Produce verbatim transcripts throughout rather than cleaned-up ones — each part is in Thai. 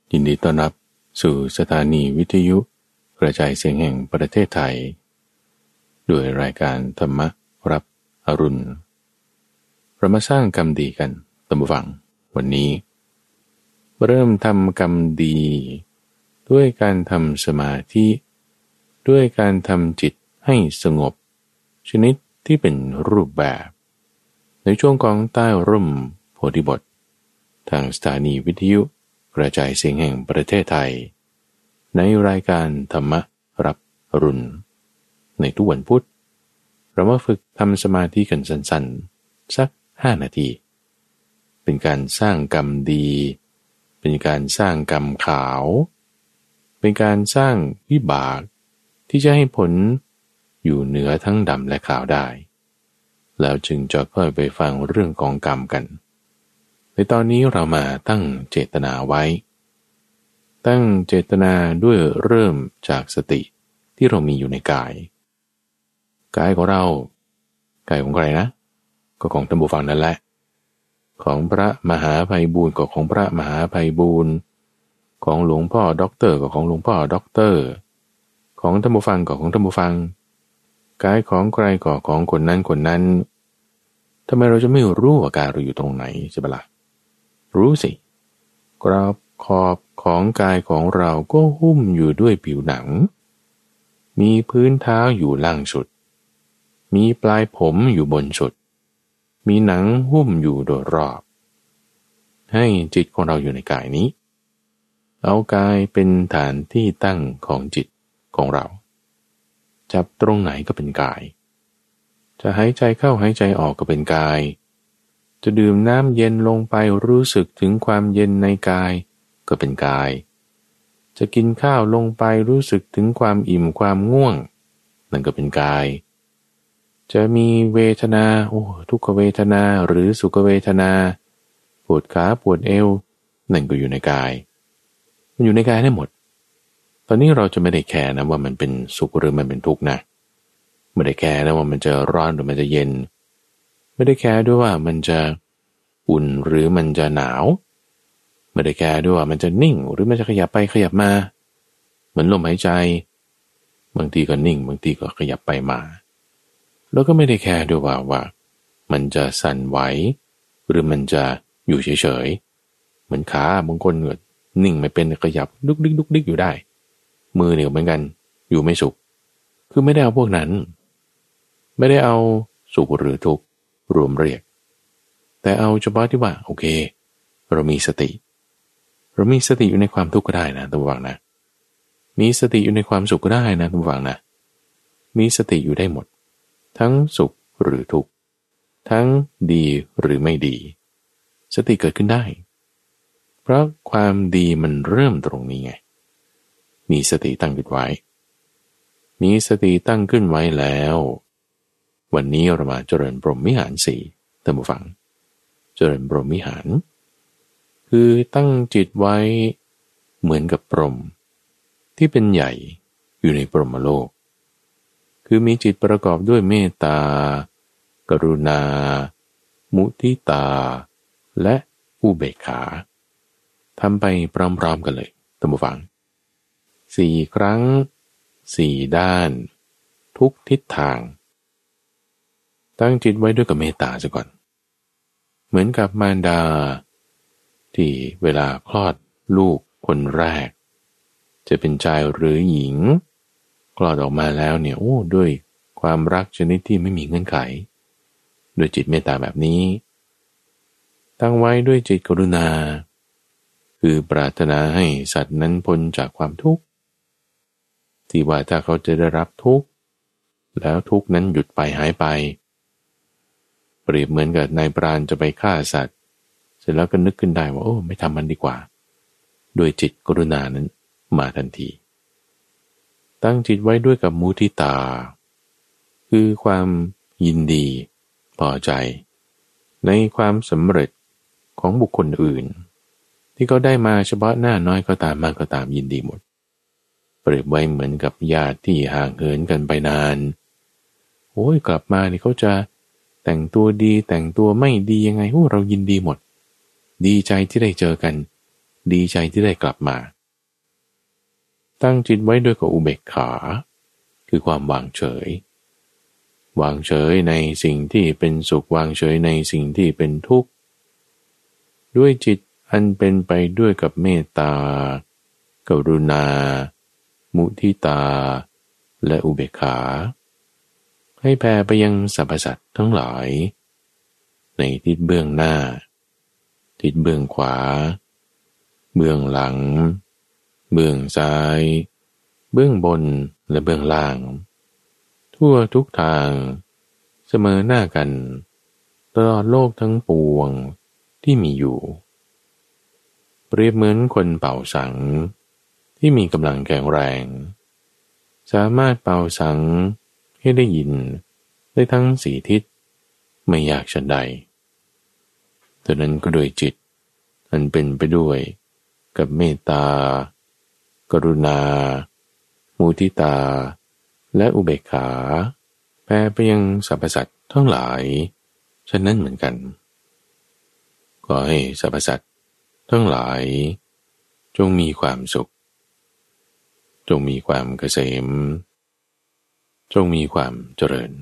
ยินดีต้อนรับสู่สถานีวิทยุกระจายเสียงแห่งประเทศไทยด้วยรายการธรรมรับอรุณเรามาสร้างกรรมดีกันท่านผู้ฟังวันนี้เริ่มทำกรรมดีด้วยการทำสมาธิด้วยการทำจิตให้สงบชนิดที่เป็นรูปแบบในช่วงของใต้ร่มโพธิบททางสถานีวิทยุกระจายเสียงแห่งประเทศไทยในรายการธรรมรับอรุณในทุกวันพุธเรามาฝึกทำสมาธิกันสั้นๆสักห้านาทีเป็นการสร้างกรรมดีเป็นการสร้างกรรมขาวเป็นการสร้างวิบากที่จะให้ผลอยู่เหนือทั้งดำและขาวได้แล้วจึงจะค่อยไปฟังเรื่องของกรรมกันในตอนนี้เรามาตั้งเจตนาไว้ตั้งเจตนาด้วยเริ่มจากสติที่เรามีอยู่ในกายกายของเรากายของใครนะก็ของท่านผู้ฟังนั่นแหละของพระมหาไพบูลย์ก็ของพระมหาไพบูลย์ของหลวงพ่อด็อกเตอร์ก็ของหลวงพ่อด็อกเตอร์ของท่านผู้ฟังก็ของท่านผู้ฟังกายของใครก็ของคนนั้นคนนั้นทำไมเราจะไม่รู้ว่ากายเราอยู่ตรงไหนใช่ปะล่ะรู้สิกรอบขอบของกายของเราก็หุ้มอยู่ด้วยผิวหนังมีพื้นเท้าอยู่ล่างสุดมีปลายผมอยู่บนสุดมีหนังหุ้มอยู่โดยรอบให้จิตของเราอยู่ในกายนี้เอากายเป็นฐานที่ตั้งของจิตของเราจับตรงไหนก็เป็นกายจะหายใจเข้าหายใจออกก็เป็นกายจะดื่มน้ำเย็นลงไปรู้สึกถึงความเย็นในกายก็เป็นกายจะกินข้าวลงไปรู้สึกถึงความอิ่มความง่วงนั่นก็เป็นกายจะมีเวทนาโอ้ทุกขเวทนาหรือสุขเวทนาปวดขาปวดเอวนั่นก็อยู่ในกายมันอยู่ในกายได้หมดตอนนี้เราจะไม่ได้แคร์นะว่ามันเป็นสุขหรือมันเป็นทุกข์นะไม่ได้แคร์นะว่ามันจะร้อนหรือมันจะเย็นไม่ได้แคร์ด้วยว่ามันจะอุ่นหรือมันจะหนาวไม่ได้แคร์ด้วยว่ามันจะนิ่งหรือมันจะขยับไปขยับมาเหมือนลมหายใจบางทีก็นิ่งบางทีก็ขยับไปมาแล้วก็ไม่ได้แคร์ด้วยว่าว่ามันจะสั่นไหวหรือมันจะอยู่เฉยๆเหมือนขาบางคนก็นิ่งไม่เป็นขยับดุกดิกดุกดิกอยู่ได้มือเนี่ยเหมือนกันอยู่ไม่สุขคือไม่ได้เอาพวกนั้นไม่ได้เอาสุขหรือทุกข์รวมเรียกแต่เอาเฉพาะที่ว่าโอเคเรามีสติเรามีสติอยู่ในความทุกข์ก็ได้นะท่านผู้ฟังนะมีสติอยู่ในความสุขก็ได้นะท่านผู้ฟังนะมีสติอยู่ได้หมดทั้งสุขหรือทุกข์ทั้งดีหรือไม่ดีสติเกิดขึ้นได้เพราะความดีมันเริ่มตรงนี้ไงมีสติตั้งขึ้นไว้มีสติตั้งขึ้นไว้แล้ววันนี้เรามาเจริญพรหมวิหารสี่ท่านผู้ฟังเจริญพรหมวิหารคือตั้งจิตไว้เหมือนกับพรหมที่เป็นใหญ่อยู่ในพรหมโลกคือมีจิตประกอบด้วยเมตตากรุณามุทิตาและอุเบกขาทำไปพร้อมๆกันเลยท่านผู้ฟังสี่ครั้งสี่ด้านทุกทิศทางตั้งจิตไว้ด้วยกับเมตตาซะก่อนเหมือนกับมารดาที่เวลาคลอดลูกคนแรกจะเป็นชายหรือหญิงคลอดออกมาแล้วเนี่ยโอ้ด้วยความรักชนิดที่ไม่มีเงื่อนไขด้วยจิตเมตตาแบบนี้ตั้งไว้ด้วยจิตกรุณาคือปรารถนาให้สัตว์นั้นพ้นจากความทุกข์ที่ว่าถ้าเขาจะได้รับทุกข์แล้วทุกข์นั้นหยุดไปหายไปเปรียบเหมือนกับนายปราณจะไปฆ่าสัตว์เสร็จแล้วก็นึกขึ้นได้ว่าโอ้ไม่ทำมันดีกว่าด้วยจิตกรุณานั้นมาทันทีตั้งจิตไว้ด้วยกับมุทิตาคือความยินดีพอใจในความสำเร็จของบุคคลอื่นที่เขาได้มาเฉพาะหน้าน้อยก็ตามมากก็ตามยินดีหมดเปรียบไว้เหมือนกับญาติที่ห่างเหินกันไปนานโอ้ยกลับมานี่เขาจะแต่งตัวดีแต่งตัวไม่ดียังไงโอ้เรายินดีหมดดีใจที่ได้เจอกันดีใจที่ได้กลับมาตั้งจิตไว้ด้วยกับอุเบกขาคือความวางเฉยวางเฉยในสิ่งที่เป็นสุขวางเฉยในสิ่งที่เป็นทุกข์ด้วยจิตอันเป็นไปด้วยกับเมตตากรุณามุทิตาและอุเบกขาให้แผ่ไปยังสรรพสัตว์ทั้งหลายในทิศเบื้องหน้าทิศเบื้องขวาเบื้องหลังเบื้องซ้ายเบื้องบนและเบื้องล่างทั่วทุกทางเสมอหน้ากันตลอดโลกทั้งปวงที่มีอยู่เปรียบเหมือนคนเป่าสังที่มีกำลังแข็งแรงสามารถเป่าสังให้ได้ยินได้ทั้งสี่ทิศไม่ยากฉันใดดังนั้นก็โดยจิตอันเป็นไปด้วยกับเมตตากรุณามุทิตาและอุเบกขาแผ่ไปยังสรรพสัตว์ทั้งหลายฉะนั้นเหมือนกันก็ให้สรรพสัตว์ทั้งหลายจงมีความสุขจงมีความเกษมจงมีความเจริญ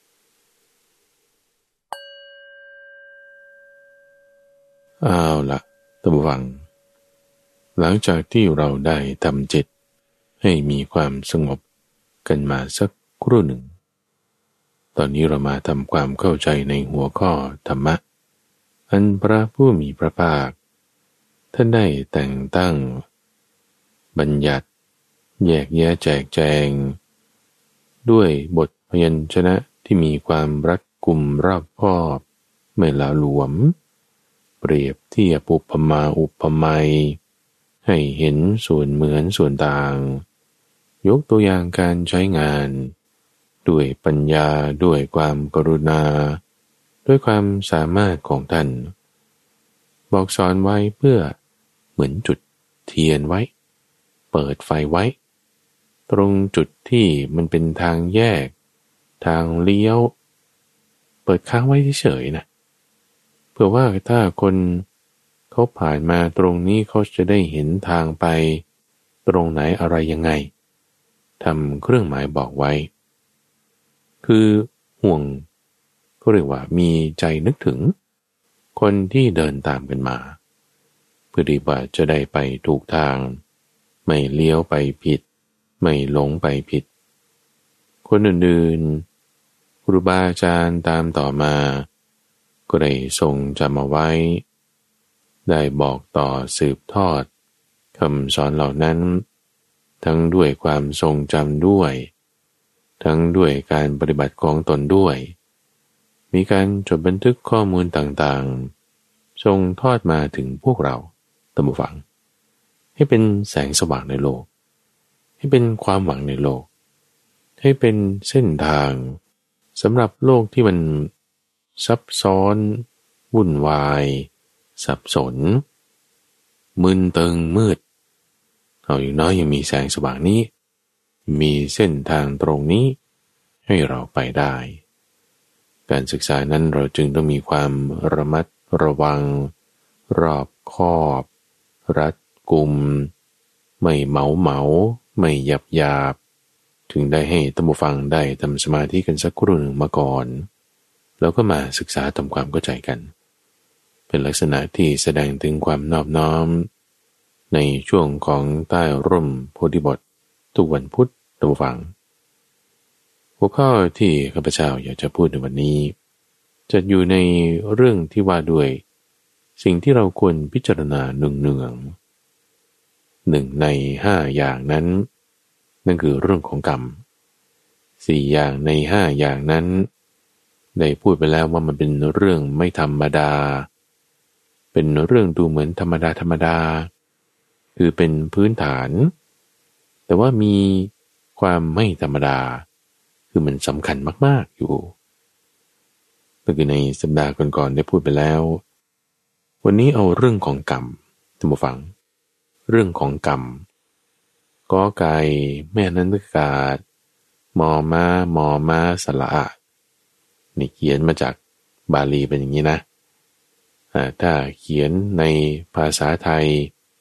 เอาละท่านผู้ฟังหลังจากที่เราได้ทำจิตให้มีความสงบกันมาสักครู่หนึ่งตอนนี้เรามาทำความเข้าใจในหัวข้อธรรมะอันพระผู้มีพระภาคท่านได้แต่งตั้งบัญญัติแยกแยะแจกแจงด้วยบทพยัญชนะที่มีความรัดกุมรอบคอบไม่หละหลวมเปรียบเทียบอุปมาอุปไมยให้เห็นส่วนเหมือนส่วนต่างยกตัวอย่างการใช้งานด้วยปัญญาด้วยความกรุณาด้วยความสามารถของท่านบอกสอนไว้เพื่อเหมือนจุดเทียนไว้เปิดไฟไว้ตรงจุดที่มันเป็นทางแยกทางเลี้ยวเปิดค้างไว้เฉยๆนะเพื่อว่าถ้าคนเขาผ่านมาตรงนี้เขาจะได้เห็นทางไปตรงไหนอะไรยังไงทำเครื่องหมายบอกไว้คือห่วงก็เรียกว่ามีใจนึกถึงคนที่เดินตามกันมาเพื่อที่ว่าจะได้ไปถูกทางไม่เลี้ยวไปผิดไม่หลงไปผิดคนอื่นๆครูบาอาจารย์ตามต่อมาก็ได้ทรงจำเอาไว้ได้บอกต่อสืบทอดคำสอนเหล่านั้นทั้งด้วยความทรงจำด้วยทั้งด้วยการปฏิบัติของตนด้วยมีการจดบันทึกข้อมูลต่างๆทรงทอดมาถึงพวกเราท่านผู้ฟังให้เป็นแสงสว่างในโลกให้เป็นความหวังในโลกให้เป็นเส้นทางสำหรับโลกที่มันซับซ้อนวุ่นวายสับสนมึนเติงมืดเอาอย่างน้อยยังมีแสงสว่างนี้มีเส้นทางตรงนี้ให้เราไปได้การศึกษานั้นเราจึงต้องมีความระมัดระวังรอบคอบรัดกุมไม่เหมาเหมาไม่หยับหยาบถึงได้ให้ท่านผู้ฟังได้ทำสมาธิกันสักครู่หนึ่งมาก่อนแล้วก็มาศึกษาทำความเข้าใจกันเป็นลักษณะที่แสดงถึงความนอบน้อมในช่วงของใต้ร่มโพธิบททุกวันพุธท่านผู้ฟังหัวข้อที่ข้าพเจ้าอยากจะพูดในวันนี้จะอยู่ในเรื่องที่ว่าด้วยสิ่งที่เราควรพิจารณาเนืองๆหนึ่งในห้าอย่างนั้นนั่นคือเรื่องของกรรมสี่อย่างในห้าอย่างนั้นได้พูดไปแล้วว่ามันเป็นเรื่องไม่ธรรมดาเป็นเรื่องดูเหมือนธรรมดาธรรมดาคือเป็นพื้นฐานแต่ว่ามีความไม่ธรรมดาคือมันสำคัญมากๆอยู่ก็คือในสัปดาห์ก่อนๆได้พูดไปแล้ววันนี้เอาเรื่องของกรรมท่านผู้ฟังเรื่องของกรรมกอไก่แม่นันทกาศมอม้ามอม้าสระอะนี่เขียนมาจากบาลีเป็นอย่างนี้นะถ้าเขียนในภาษาไทย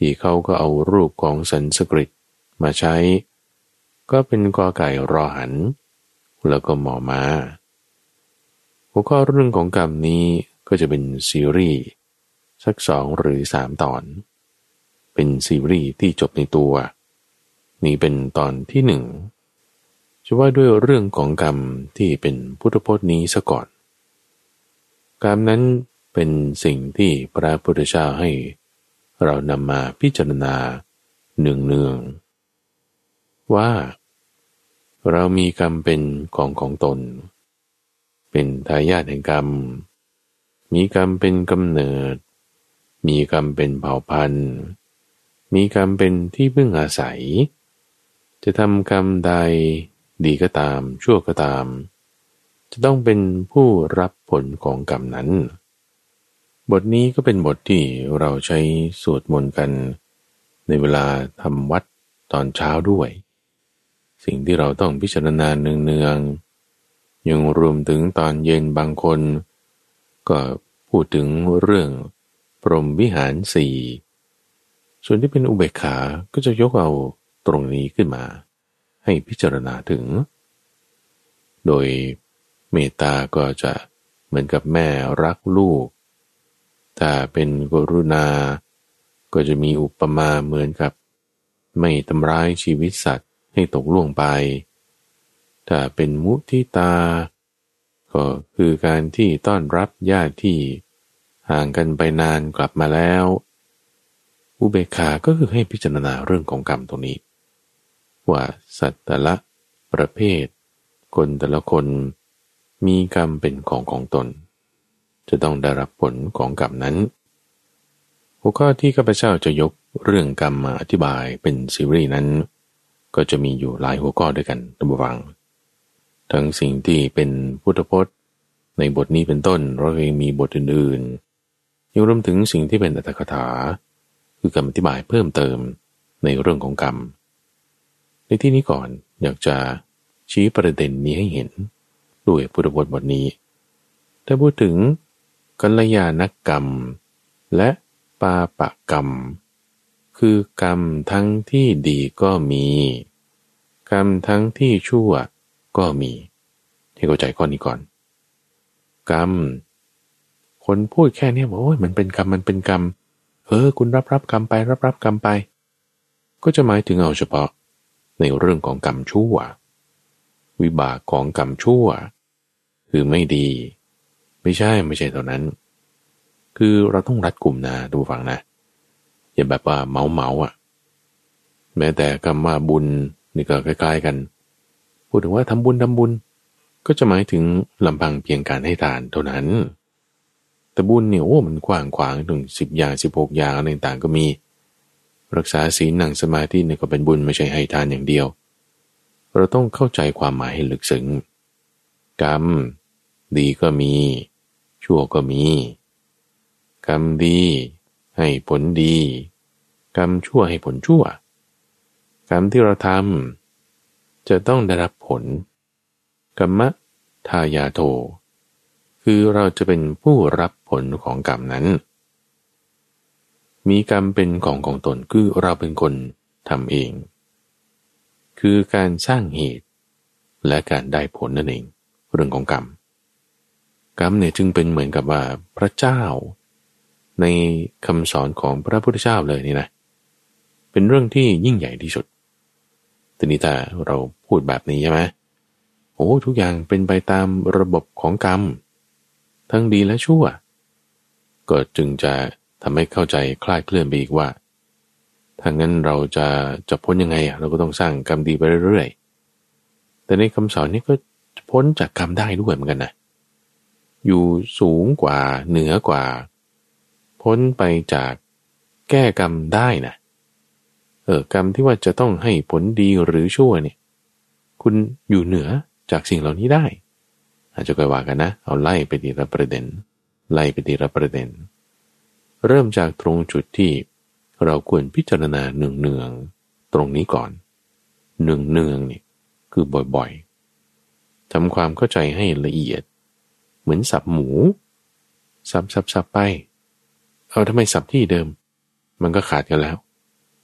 ที่เขาก็เอารูปของสันสกฤตมาใช้ก็เป็นกอไก่รอหันแล้วก็หมอมาหัวข้อเรื่องของกรรมนี้ก็จะเป็นซีรีส์สักสองหรือสามตอนเป็นซีรีส์ที่จบในตัวนี่เป็นตอนที่หนึ่งจะว่าด้วยเรื่องของกรรมที่เป็นพุทธพจน์นี้ซะก่อนกรรมนั้นเป็นสิ่งที่พระพุทธเจ้าให้เรานำมาพิจารณาเนืองๆว่าเรามีกรรมเป็นของของตนเป็นทายาทแห่งกรรมมีกรรมเป็นกำเนิดมีกรรมเป็นเผ่าพันธุ์มีกรรมเป็นที่พึ่งอาศัยจะทำกรรมใดดีก็ตามชั่วก็ตามจะต้องเป็นผู้รับผลของกรรมนั้นบทนี้ก็เป็นบทที่เราใช้สวดมนต์กันในเวลาทำวัดตอนเช้าด้วยสิ่งที่เราต้องพิจารณาเนืองๆยังรวมถึงตอนเย็นบางคนก็พูดถึงเรื่องพรหมวิหารสี่ส่วนที่เป็นอุเบกขาก็จะยกเอาตรงนี้ขึ้นมาให้พิจารณาถึงโดยเมตตาก็จะเหมือนกับแม่รักลูกถ้าเป็นกรุณาก็จะมีอุปมาเหมือนกับไม่ทำร้ายชีวิตสัตว์ให้ตกล่วงไปถ้าเป็นมุทิตาก็คือการที่ต้อนรับญาติที่ห่างกันไปนานกลับมาแล้วอุเบกขาก็คือให้พิจารณาเรื่องของกรรมตรงนี้ว่าสัตว์แต่ละประเภทคนแต่ละคนมีกรรมเป็นของของตนจะต้องได้รับผลของกรรมนั้นหัวข้อที่ข้าพเจ้าจะยกเรื่องกรรมมาอธิบายเป็นซีรีส์นั้นก็จะมีอยู่หลายหัวข้อด้วยกันท่านผู้ฟังทั้งสิ่งที่เป็นพุทธพจน์ในบทนี้เป็นต้นเราเองมีบทอื่นๆยังรวมถึงสิ่งที่เป็นอรรถกถาคือคำอธิบายเพิ่มเติมในเรื่องของกรรมในที่นี้ก่อนอยากจะชี้ประเด็นนี้ให้เห็นด้วยพุทธพจน์บทนี้ถ้าพูดถึงกัลยาณกรรมและปาปกรรมคือกรรมทั้งที่ดีก็มีกรรมทั้งที่ชั่วก็มีให้เข้าใจข้อนี้ก่อนกรรมคนพูดแค่นี้บอกโอ้ยมันเป็นกรรมมันเป็นกรรมเออคุณรับรับกรรมไปรับรับกรรมไปก็จะหมายถึงเอาเฉพาะในเรื่องของกรรมชั่ววิบากของกรรมชั่วคือไม่ดีไม่ใช่ไม่ใช่เท่านั้นคือเราต้องรัดกุมนะดูฟังนะอย่าแบบว่าเมาเมาอ่ะแม้แต่คำว่าบุญนี่ก็คล้ายๆกันพูดถึงว่าทำบุญทำบุญก็จะหมายถึงลำพังเพียงการให้ทานเท่านั้นแต่บุญเนี่ยโอ้มันกว้างขวางถึงสิบอย่างสิบหกอย่างอะไรต่างก็มีรักษาศีลนั่งสมาธินี่ก็เป็นบุญไม่ใช่ให้ทานอย่างเดียวเราต้องเข้าใจความหมายให้ลึกซึ้งกรรมดีก็มีชั่วก็มีกรรมดีให้ผลดีกรรมชั่วให้ผลชั่วกรรมที่เราทำจะต้องได้รับผลกัมมะทายาโทคือเราจะเป็นผู้รับผลของกรรมนั้นมีกรรมเป็นของของตนคือเราเป็นคนทำเองคือการสร้างเหตุและการได้ผลนั่นเองเรื่องของกรรมกรรมเนี่ยจึงเป็นเหมือนกับว่าพระเจ้าในคำสอนของพระพุทธเจ้าเลยนี่นะเป็นเรื่องที่ยิ่งใหญ่ที่สุดทีนี้ถ้าเราพูดแบบนี้ใช่ไหมโอ้ทุกอย่างเป็นไปตามระบบของกรรมทั้งดีและชั่วก็จึงจะทำให้เข้าใจคลาดเคลื่อนไปอีกว่าถ้างั้นเราจะจะพ้นยังไงอ่ะเราก็ต้องสร้างกรรมดีไปเรื่อยๆแต่ในคำสอนนี้ก็พ้นจากกรรมได้ด้วยเหมือนกันนะอยู่สูงกว่าเหนือกว่าพ้นไปจากแก้กรรมได้นะเออกรรมที่ว่าจะต้องให้ผลดีหรือชั่วเนี่ยคุณอยู่เหนือจากสิ่งเหล่านี้ได้อาจจะก็ว่ากันนะเอาไล่ไปทีละประเด็นไล่ไปทีละประเด็นเริ่มจากตรงจุดที่เราควรพิจารณาเนืองๆตรงนี้ก่อนเนืองๆนี่คือบ่อยๆทำความเข้าใจให้ละเอียดเหมือนสับหมูสับสับสับไปเอาทำไมสับที่เดิมมันก็ขาดกันแล้ว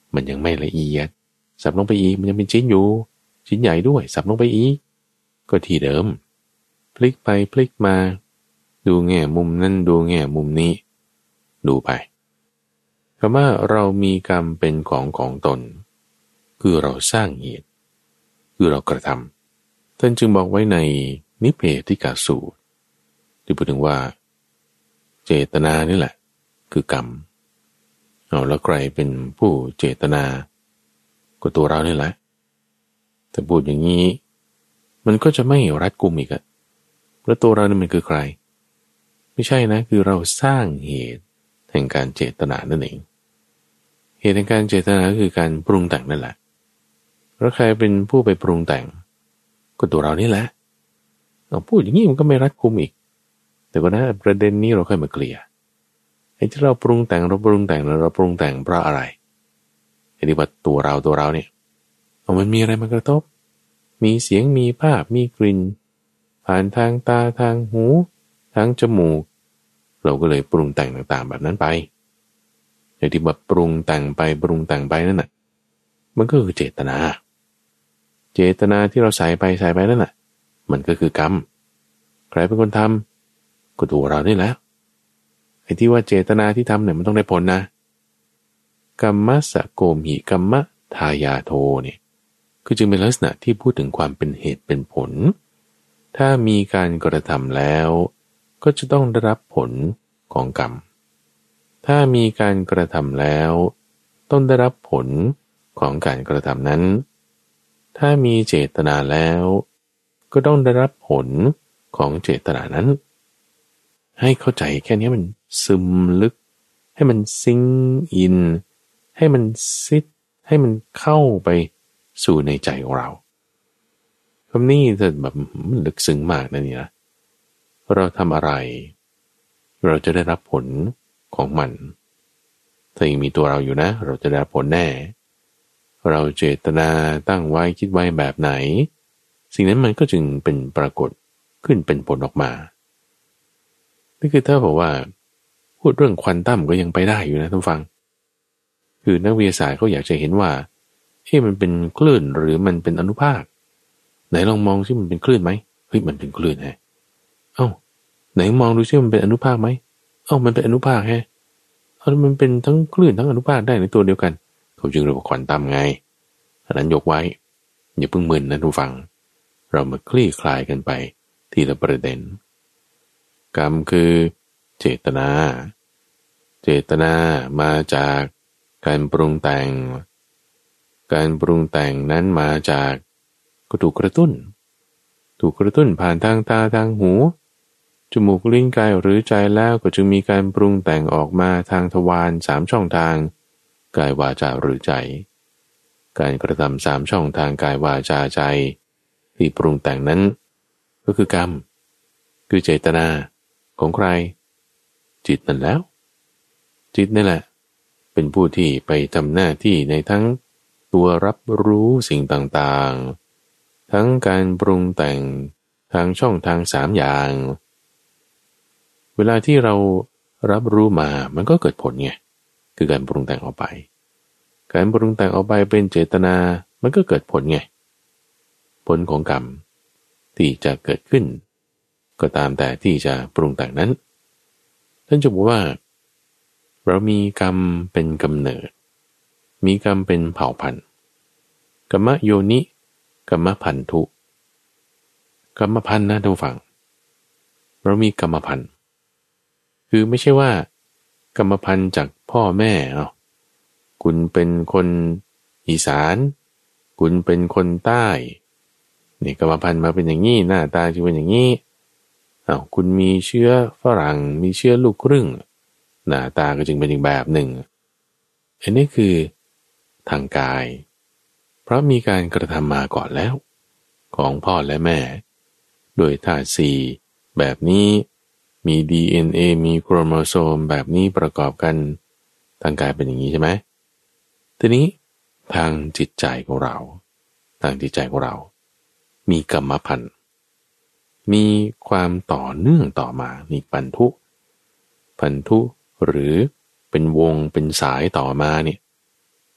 มันยังไม่ละเอียดสับลงไปอีกมันยังเป็นชิ้นอยู่ชิ้นใหญ่ด้วยสับลงไปอีกก็ที่เดิมพลิกไปพลิกมาดูแง่มุมนั่นดูแง่มุมนี้ดูไปคำว่าเรามีกรรมเป็นของของตนคือเราสร้างเหตุคือเรากระทำท่านจึงบอกไว้ในนิเพธิกาสูตรที่พูดถึงว่าเจตนานี่แหละคือกรรมเอาแล้วใครเป็นผู้เจตนาก็ตัวเรานี่แหละแต่พูดอย่างนี้มันก็จะไม่รัดกุมอีกอะแล้วตัวเรานี่มันคือใครไม่ใช่นะคือเราสร้างเหตุแห่งการเจตนานั่นเองเหตุแห่งการเจตนาคือการปรุงแต่งนั่นแหละแล้วใครเป็นผู้ไปปรุงแต่งก็ตัวเรานี่แหละเอาพูดอย่างนี้มันก็ไม่รัดกุมอีกแต่ก็นะประเด็นนี้เราค่อยมาเคลียร์ไอ้ที่เราปรุงแต่งเราปรุงแต่งเราปรุงแต่งเพราะอะไรไอ้ที่ว่าตัวเราตัวเราเนี่ยเอามันมีอะไรมากระทบมีเสียงมีภาพมีกลิ่นผ่านทางตาทางหูทางจมูกเราก็เลยปรุงแต่งต่างๆแบบนั้นไปไอ้ที่แบบปรุงแต่งไปปรุงแต่งไปนั่นน่ะมันก็คือเจตนาเจตนาที่เราใส่ไปใส่ไปนั่นน่ะมันก็คือกรรมใครเป็นคนทำก็ตัวเรานี่แหละไอ้ที่ว่าเจตนาที่ทำเนี่ยมันต้องได้ผลนะกัมมะสะโกมิกัมมะทายาโทเนี่ยคือจึงเป็นลักษณะที่พูดถึงความเป็นเหตุเป็นผลถ้ามีการกระทำแล้วก็จะต้องได้รับผลของกรรมถ้ามีการกระทำแล้วต้องได้รับผลของการกระทำนั้นถ้ามีเจตนาแล้วก็ต้องได้รับผลของเจตนานั้นให้เข้าใจแค่นี้มันซึมลึกให้มันซิงอินให้มันซิดให้มันเข้าไปสู่ในใจของเราคำนี้จะแบบมันลึกซึ้งมากนะนี่นะเราทำอะไรเราจะได้รับผลของมันถ้ายังมีตัวเราอยู่นะเราจะได้รับผลแน่เราเจตนาตั้งไว้คิดไว้แบบไหนสิ่งนั้นมันก็จึงเป็นปรากฏขึ้นเป็นผลออกมานี่คือถ้าบอกว่าพูดเรื่องควอนตัมก็ยังไปได้อยู่นะท่านฟังคือนักวิทยาศาสตร์เขาอยากจะเห็นว่าเฮ้มันเป็นคลื่นหรือมันเป็นอนุภาคไหนลองมองซิมันเป็นคลื่นไหมเฮ้ยมันเป็นคลื่นฮะเอ้าไหนมองดูซิมันเป็นอนุภาคไหมเอ้ามันเป็นอนุภาคฮะเอามันเป็นทั้งคลื่นทั้งอนุภาคได้ในตัวเดียวกันเขาจึงเรียกว่าควอนตัมไงอันนั้นยกไว้อย่าเพิ่งมึนนะทุกฟังเรามาคลี่คลายกันไปทีละประเด็นกรรมคือเจตนาเจตนามาจากการปรุงแต่งการปรุงแต่งนั้นมาจากก็ถูกกระตุ้นถูกกระตุ้นผ่านทางตาทางหูจมูกลิ้นกายหรือใจแล้วก็จึงมีการปรุงแต่งออกมาทางทวารสามช่องทางกายวาจาหรือใจการกระทำสามช่องทางกายวาจาใจที่ปรุงแต่งนั้นก็คือกรรมคือเจตนาของใครจิตนั่นแล้วจิตนี่แหละเป็นผู้ที่ไปทำหน้าที่ในทั้งตัวรับรู้สิ่งต่างๆทั้งการปรุงแต่งทางช่องทางสามอย่างเวลาที่เรารับรู้มามันก็เกิดผลไงคือการปรุงแต่งออกไปการปรุงแต่งออกไปเป็นเจตนามันก็เกิดผลไงผลของกรรมที่จะเกิดขึ้นก็ตามแต่ที่จะปรุงแต่งนั้นท่านจะบอกว่าเรามีกรรมเป็นกำเนิดมีกรรมเป็นเผ่าพันธุ์กรรมโยนิกรรมพันธุกรรมพันธุ์นะท่านฟังเรามีกรรมพันธุ์คือไม่ใช่ว่ากรรมพันธุ์จากพ่อแม่เนาะคุณเป็นคนอีสานคุณเป็นคนใต้นี่กรรมพันธุ์มาเป็นอย่างนี้หน้าตาจะเป็นอย่างนี้อ้าวคุณมีเชื้อฝรั่งมีเชื้อลูกครึ่งหน้าตาก็จึงเป็นอีกแบบหนึ่งอันนี้คือทางกายเพราะมีการกระทำมาก่อนแล้วของพ่อและแม่โดยธาตุสี่แบบนี้มี ดี เอ็น เอ มีโครโมโซมแบบนี้ประกอบกันทางกายเป็นอย่างนี้ใช่ไหมทีนี้ทางจิตใจของเราทางจิตใจของเรามีกรรมพันธุ์มีความต่อเนื่องต่อมามีพันธุพันธุหรือเป็นวงเป็นสายต่อมาเนี่ย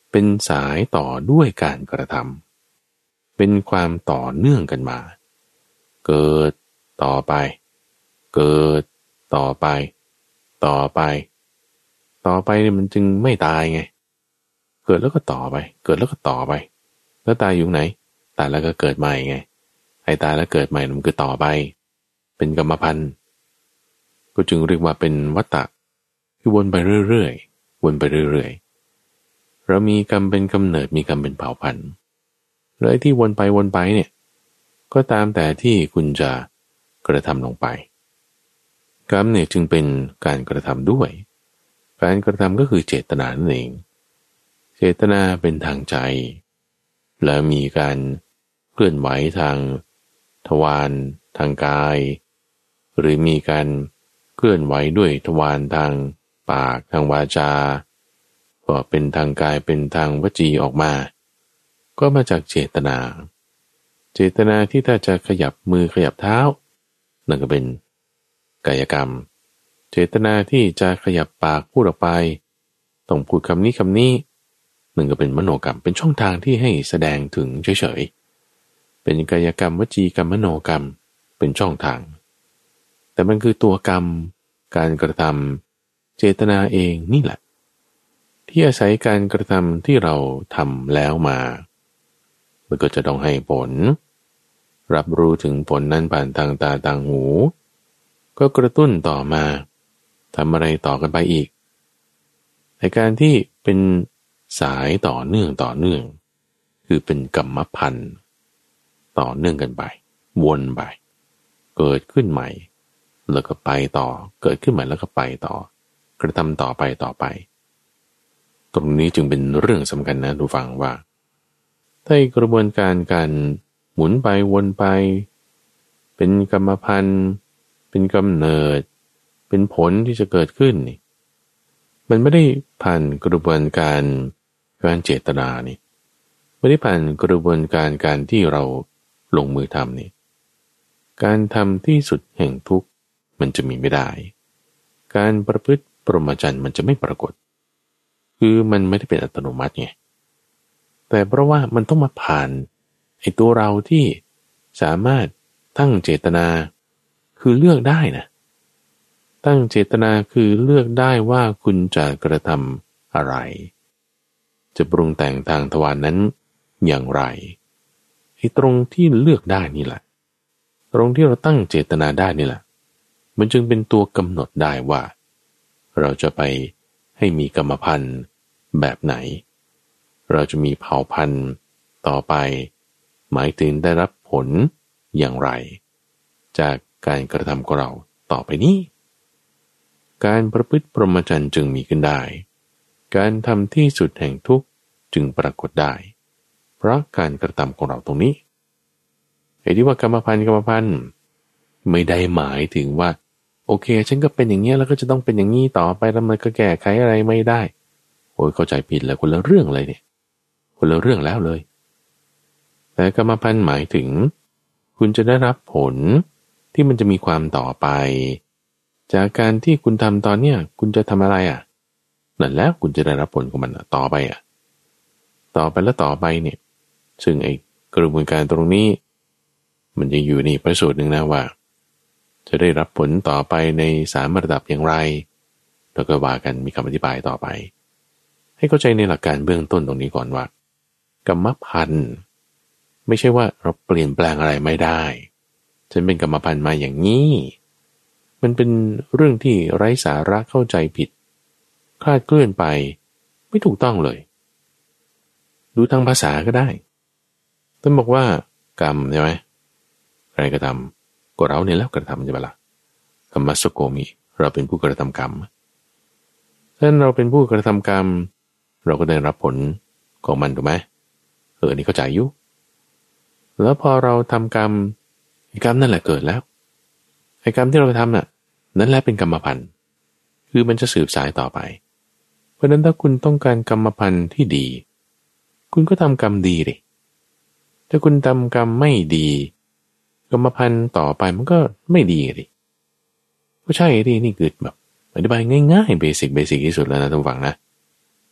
เป็นสายต่อด้วยการกระทำเป็นความต่อเนื่องกันมาเกิดต่อไปเกิดต่อไปต่อไปต่อไปเนี่ยมันจึงไม่ตายไงเกิดแล้วก็ต่อไปเกิดแล้วก็ต่อไปแล้วตายอยู่ไหนตายแล้วก็เกิดใหม่ไงไอ้ตายแล้วเกิดใหม่มันคือต่อไปเป็นกรรมพันธุ์ก็จึงเรียกว่าเป็นวัฏฏะที่วนไปเรื่อยๆวนไปเรื่อยๆเรามีกรรมเป็นกำเนิดมีกรรมเป็นเผ่าพันธุ์แล้วไอ้ที่วนไปวนไปเนี่ยก็ตามแต่ที่คุณจะกระทำลงไปกรรมเนี่ยจึงเป็นการกระทำด้วยการกระทำก็คือเจตนานั่นเองเจตนาเป็นทางใจและมีการเคลื่อนไหวทางทวารทางกายหรือมีการเคลื่อนไหวด้วยทวารทางปากทางวาจาก็เป็นทางกายเป็นทางวจีออกมาก็มาจากเจตนาเจตนาที่ถ้าจะขยับมือขยับเท้านั่นก็เป็นกายกรรมเจตนาที่จะขยับปากพูดออกไปต้องพูดคำนี้คำนี้นั่นก็เป็นมโนกรรมเป็นช่องทางที่ให้แสดงถึงเฉยๆเป็นกายกรรมวจีกรรมมโนกรรมเป็นช่องทางแต่มันคือตัวกรรมการกระทำเจตนาเองนี่แหละที่อาศัยการกระทำที่เราทำแล้วมามันก็จะต้องให้ผลรับรู้ถึงผลนั้นผ่านทางตาทางหูก็กระตุ้นต่อมาทำอะไรต่อกันไปอีกในการที่เป็นสายต่อเนื่องต่อเนื่องคือเป็นกรรมพันธุ์ต่อเนื่องกันไปวนไปเกิดขึ้นใหม่แล้วก็ไปต่อเกิดขึ้นใหม่แล้วก็ไปต่อกระทำต่อไปต่อไปตรงนี้จึงเป็นเรื่องสำคัญนะทุกฟังว่าถ้ากระบวนการการหมุนไปวนไปเป็นกรรมพันธุ์เป็นกำเนิดเป็นผลที่จะเกิดขึ้นนี่มันไม่ได้ผ่านกระบวนการการเจตนานี่ไม่ได้ผ่านกระบวนการการที่เราลงมือทำนี่การทำที่สุดแห่งทุกข์มันจะมีไม่ได้การประพฤติพรหมจรรย์มันจะไม่ปรากฏคือมันไม่ได้เป็นอัตโนมัติไงแต่เพราะว่ามันต้องมาผ่านไอ้ตัวเราที่สามารถตั้งเจตนาคือเลือกได้นะตั้งเจตนาคือเลือกได้ว่าคุณจะกระทำอะไรจะปรุงแต่งทางทวาร น, นั้นอย่างไรไอ้ตรงที่เลือกได้นี่แหละตรงที่เราตั้งเจตนาได้นี่แหละมันจึงเป็นตัวกำหนดได้ว่าเราจะไปให้มีกรรมพันธุ์แบบไหนเราจะมีเผ่าพันธุ์ต่อไปหมายถึงได้รับผลอย่างไรจากการกระทำของเราต่อไปนี้การประพฤติพรหมจรรย์จึงมีขึ้นได้การทำที่สุดแห่งทุกข์จึงปรากฏได้เพราะการกระทำของเราตรงนี้ไอ้ที่ว่ากรรมพันธุ์กรรมพันธุ์ไม่ได้หมายถึงว่าโอเคฉันก็เป็นอย่างนี้แล้วก็จะต้องเป็นอย่างนี้ต่อไปแล้วมันก็แก้ไขอะไรไม่ได้โอ้ยเข้าใจผิดแล้วคนละเรื่องเลยเนี่ยคนละเรื่องแล้วเลยแต่กรรมพันธุ์หมายถึงคุณจะได้รับผลที่มันจะมีความต่อไปจากการที่คุณทำตอนเนี้ยคุณจะทำอะไรอ่ะนั่นแล้วคุณจะได้รับผลของมันต่อไปอ่ะต่อไปแล้วต่อไปเนี่ยซึ่งไอ้กระบวนการตรงนี้มันจะอยู่ในประสูตรหนึ่งนะว่าจะได้รับผลต่อไปในสามระดับอย่างไรแล้วก็ว่ากันมีคำอธิบายต่อไปให้เข้าใจในหลักการเบื้องต้นตรงนี้ก่อนว่ากรรมพันธุ์ไม่ใช่ว่าเราเปลี่ยนแปลงอะไรไม่ได้ฉันเป็นกรรมพันธุ์มาอย่างนี้มันเป็นเรื่องที่ไร้สาระเข้าใจผิดคลาดเคลื่อนไปไม่ถูกต้องเลยดูทางภาษาก็ได้ต้องบอกว่ากรรมใช่ไหมใครกระทำก็เราเนี่ยแล้วกระทำใช่ไหมล่ะกรรมสโกมิเราเป็นผู้กระทำกรรมถ้าเราเป็นผู้กระทำกรรมเราก็ได้รับผลของมันถูกไหมเออนี่เข้าใจอยู่แล้วพอเราทำกรรมกรรมนั่นแหละเกิดแล้วไอ้กรรมที่เราทำน่ะนั่นแหละเป็นกรรมพันธุ์คือมันจะสืบสายต่อไปเพราะฉะนั้นถ้าคุณต้องการกรรมพันธุ์ที่ดีคุณก็ทำกรรมดีดิถ้าคุณทำกรรมไม่ดีกรรมพันธุ์ต่อไปมันก็ไม่ดีดิก็ใช่ดินี่คือแบบอธิบายง่ายๆเบสิกเบสิกที่สุดแล้วนะทุกฝั่งนะ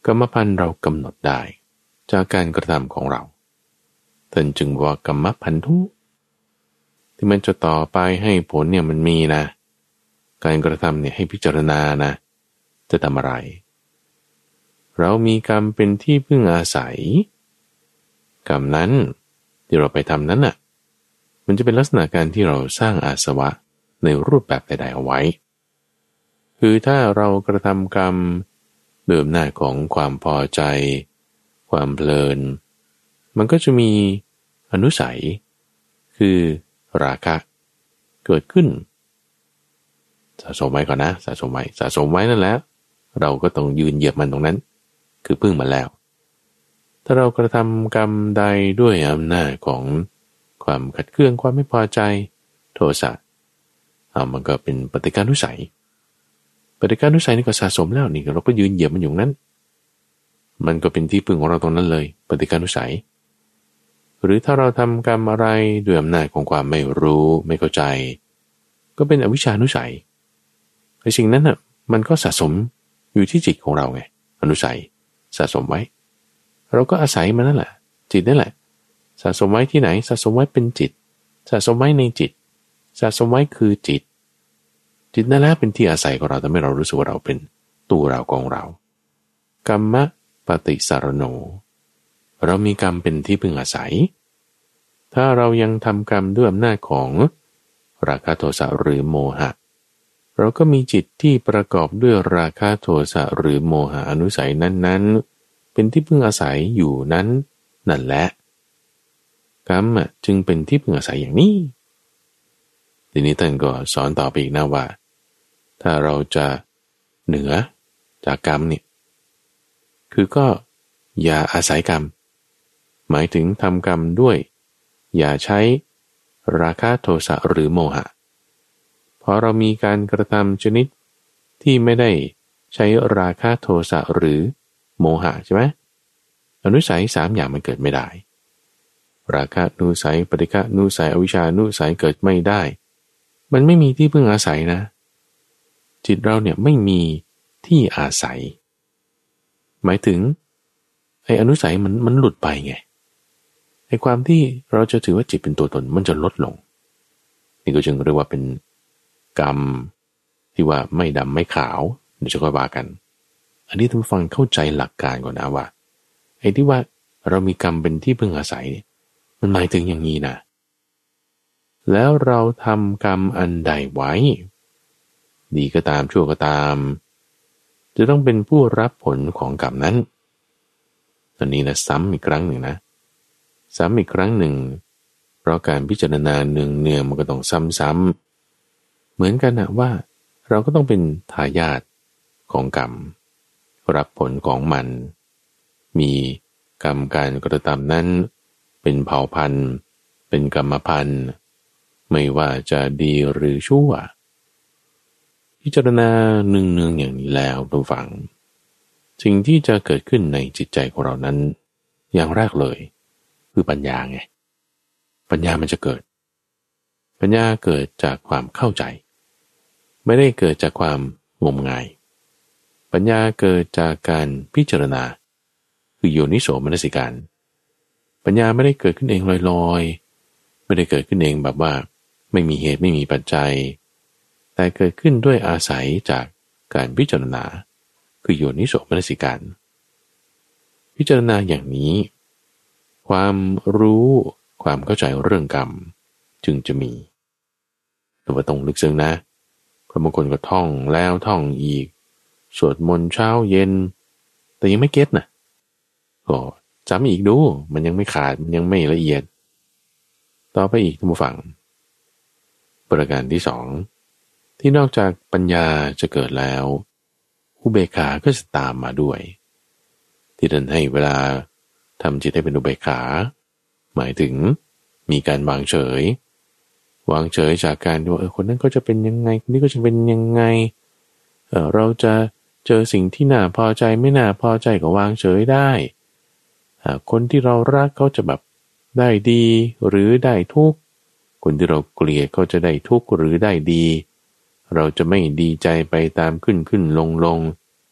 กรรมพันธุ์เรากำหนดได้จากการกระทำของเราท่านจึงว่ากรรมพันธุที่มันจะต่อไปให้ผลเนี่ยมันมีนะการกระทำเนี่ยให้พิจารณานะจะทำอะไรเรามีกรรมเป็นที่พึ่งอาศัยกรรมนั้นที่เราไปทำนั้นน่ะมันจะเป็นลักษณะการที่เราสร้างอาสวะในรูปแบบใดๆเอาไว้คือถ้าเรากระทำกรรมด้วยอำนาจของความพอใจความเพลินมันก็จะมีอนุสัยคือราคะเกิดขึ้นสะสมไว้ก่อนนะสะสมไว้สะสมไว้นั่นแหละเราก็ต้องยืนเหยียบมันตรงนั้นคือพึ่งมาแล้วถ้าเรากระทำกรรมใดด้วยอำนาจของความขัดเคืองความไม่พอใจโทสะเอามันก็เป็นปฏิฆานุสัยปฏิฆานุสัยนี่ก็สะสมแล้วนี่เราก็ยืนเหยียบมันอยู่นั้นมันก็เป็นที่พึ่งของเราตรงนั้นเลยปฏิฆานุสัยหรือถ้าเราทำกรรมอะไรด้วยอำนาจของความไม่รู้ไม่เข้าใจก็เป็นอวิชชานุสัยไอ้สิ่งนั้นน่ะมันก็สะสมอยู่ที่จิตของเราไงอนุสัยสะสมไว้เราก็อาศัยมันนั่นแหละจิตนั่นแหละสะสมไว้ที่ไหนสะสมไว้เป็นจิตสะสมไว้ในจิตสะสมไว้คือจิตจิตนั่นแหละเป็นที่อาศัยของเราทำให้เรารู้สึกว่าเราเป็นตัวเราของเรากรรมปฏิสารโนเรามีกรรมเป็นที่พึ่งอาศัยถ้าเรายังทำกรรมด้วยอำนาจของราคะโทสะหรือโมหะเราก็มีจิตที่ประกอบด้วยราคะโทสะหรือโมหะอนุสัยนั้นๆเป็นที่พึ่งอาศัยอยู่นั้นนั่นแหละกรรมจึงเป็นที่พึ่งอาศัยอย่างนี้ทีนี้ท่านก็สอนต่อไปอีกนะว่าถ้าเราจะเหนือจากกรรมเนี่ยคือก็อย่าอาศัยกรรมหมายถึงทำกรรมด้วยอย่าใช้ราคะโทสะหรือโมหะพอเรามีการกระทำชนิดที่ไม่ได้ใช้ราคะโทสะหรือโมหะใช่ไหมอนุสัยสามอย่างมันเกิดไม่ได้ราคะนุสัยปฏิฆะนุสัยอวิชชานุสัยเกิดไม่ได้มันไม่มีที่พึ่งอาศัยนะจิตเราเนี่ยไม่มีที่อาศัยหมายถึงไอ้อนุสัยมันมันหลุดไปไงไอ้ความที่เราจะถือว่าจิตเป็นตัวตนมันจะลดลงนี่ก็จึงเรียกว่าเป็นกรรมที่ว่าไม่ดำไม่ขาวเดี๋ยวจะค่อยว่ากันอันนี้ท่านฟังเข้าใจหลักการก่อนนะว่าไอ้ที่ว่าเรามีกรรมเป็นที่พึ่งอาศัยมันหมายถึงอย่างนี้นะแล้วเราทำกรรมอันใดไว้ดีก็ตามชั่วก็ตามจะต้องเป็นผู้รับผลของกรรมนั้นตอนนี้นะซ้ำอีกครั้งหนึ่งนะซ้ำอีกครั้งหนึ่งเพราะการพิจารณาเนืองเนืองมันก็ต้องซ้ำๆเหมือนกันนะว่าเราก็ต้องเป็นทายาทของกรรมรับผลของมันมีกรรมการกระทำนั้นเป็นเผ่าพันธุ์เป็นกรรมพันธุ์ไม่ว่าจะดีหรือชั่วพิจารณาเนืองๆอย่างนี้แล้วทุกฝังสิ่งที่จะเกิดขึ้นในจิตใจของเรานั้นอย่างแรกเลยคือปัญญาไงปัญญามันจะเกิดปัญญาเกิดจากความเข้าใจไม่ได้เกิดจากความงมงายปัญญาเกิดจากการพิจารณาคือโยนิโสมนสิการปัญญาไม่ได้เกิดขึ้นเองลอยๆไม่ได้เกิดขึ้นเองแบบว่าไม่มีเหตุไม่มีปัจจัยแต่เกิดขึ้นด้วยอาศัยจากการพิจารณาคือโยนิโสมนสิการพิจารณาอย่างนี้ความรู้ความเข้าใจเรื่องกรรมจึงจะมีแต่ว่าต้องลึกซึ้งนะเพราะบางคนก็ท่องแล้วท่องอีกสวดมนต์เช้าเย็นแต่ยังไม่เก็ตนะก็จำอีกดูมันยังไม่ขาดมันยังไม่ละเอียดต่อไปอีกท่านผู้ฟังประการที่สองที่นอกจากปัญญาจะเกิดแล้วอุเบกขาก็จะตามมาด้วยที่ท่านให้เวลาทำจิตให้เป็นอุเบกขาหมายถึงมีการวางเฉยวางเฉยจากการดูเออคนนั้นก็จะเป็นยังไงคนนี้ก็จะเป็นยังไงเออเราจะเจอสิ่งที่น่าพอใจไม่น่าพอใจก็วางเฉยได้คนที่เรารักเขาจะแบบได้ดีหรือได้ทุกข์คนที่เราเกลียดเขาจะได้ทุกข์หรือได้ดีเราจะไม่ดีใจไปตามขึ้นขึ้นลงลง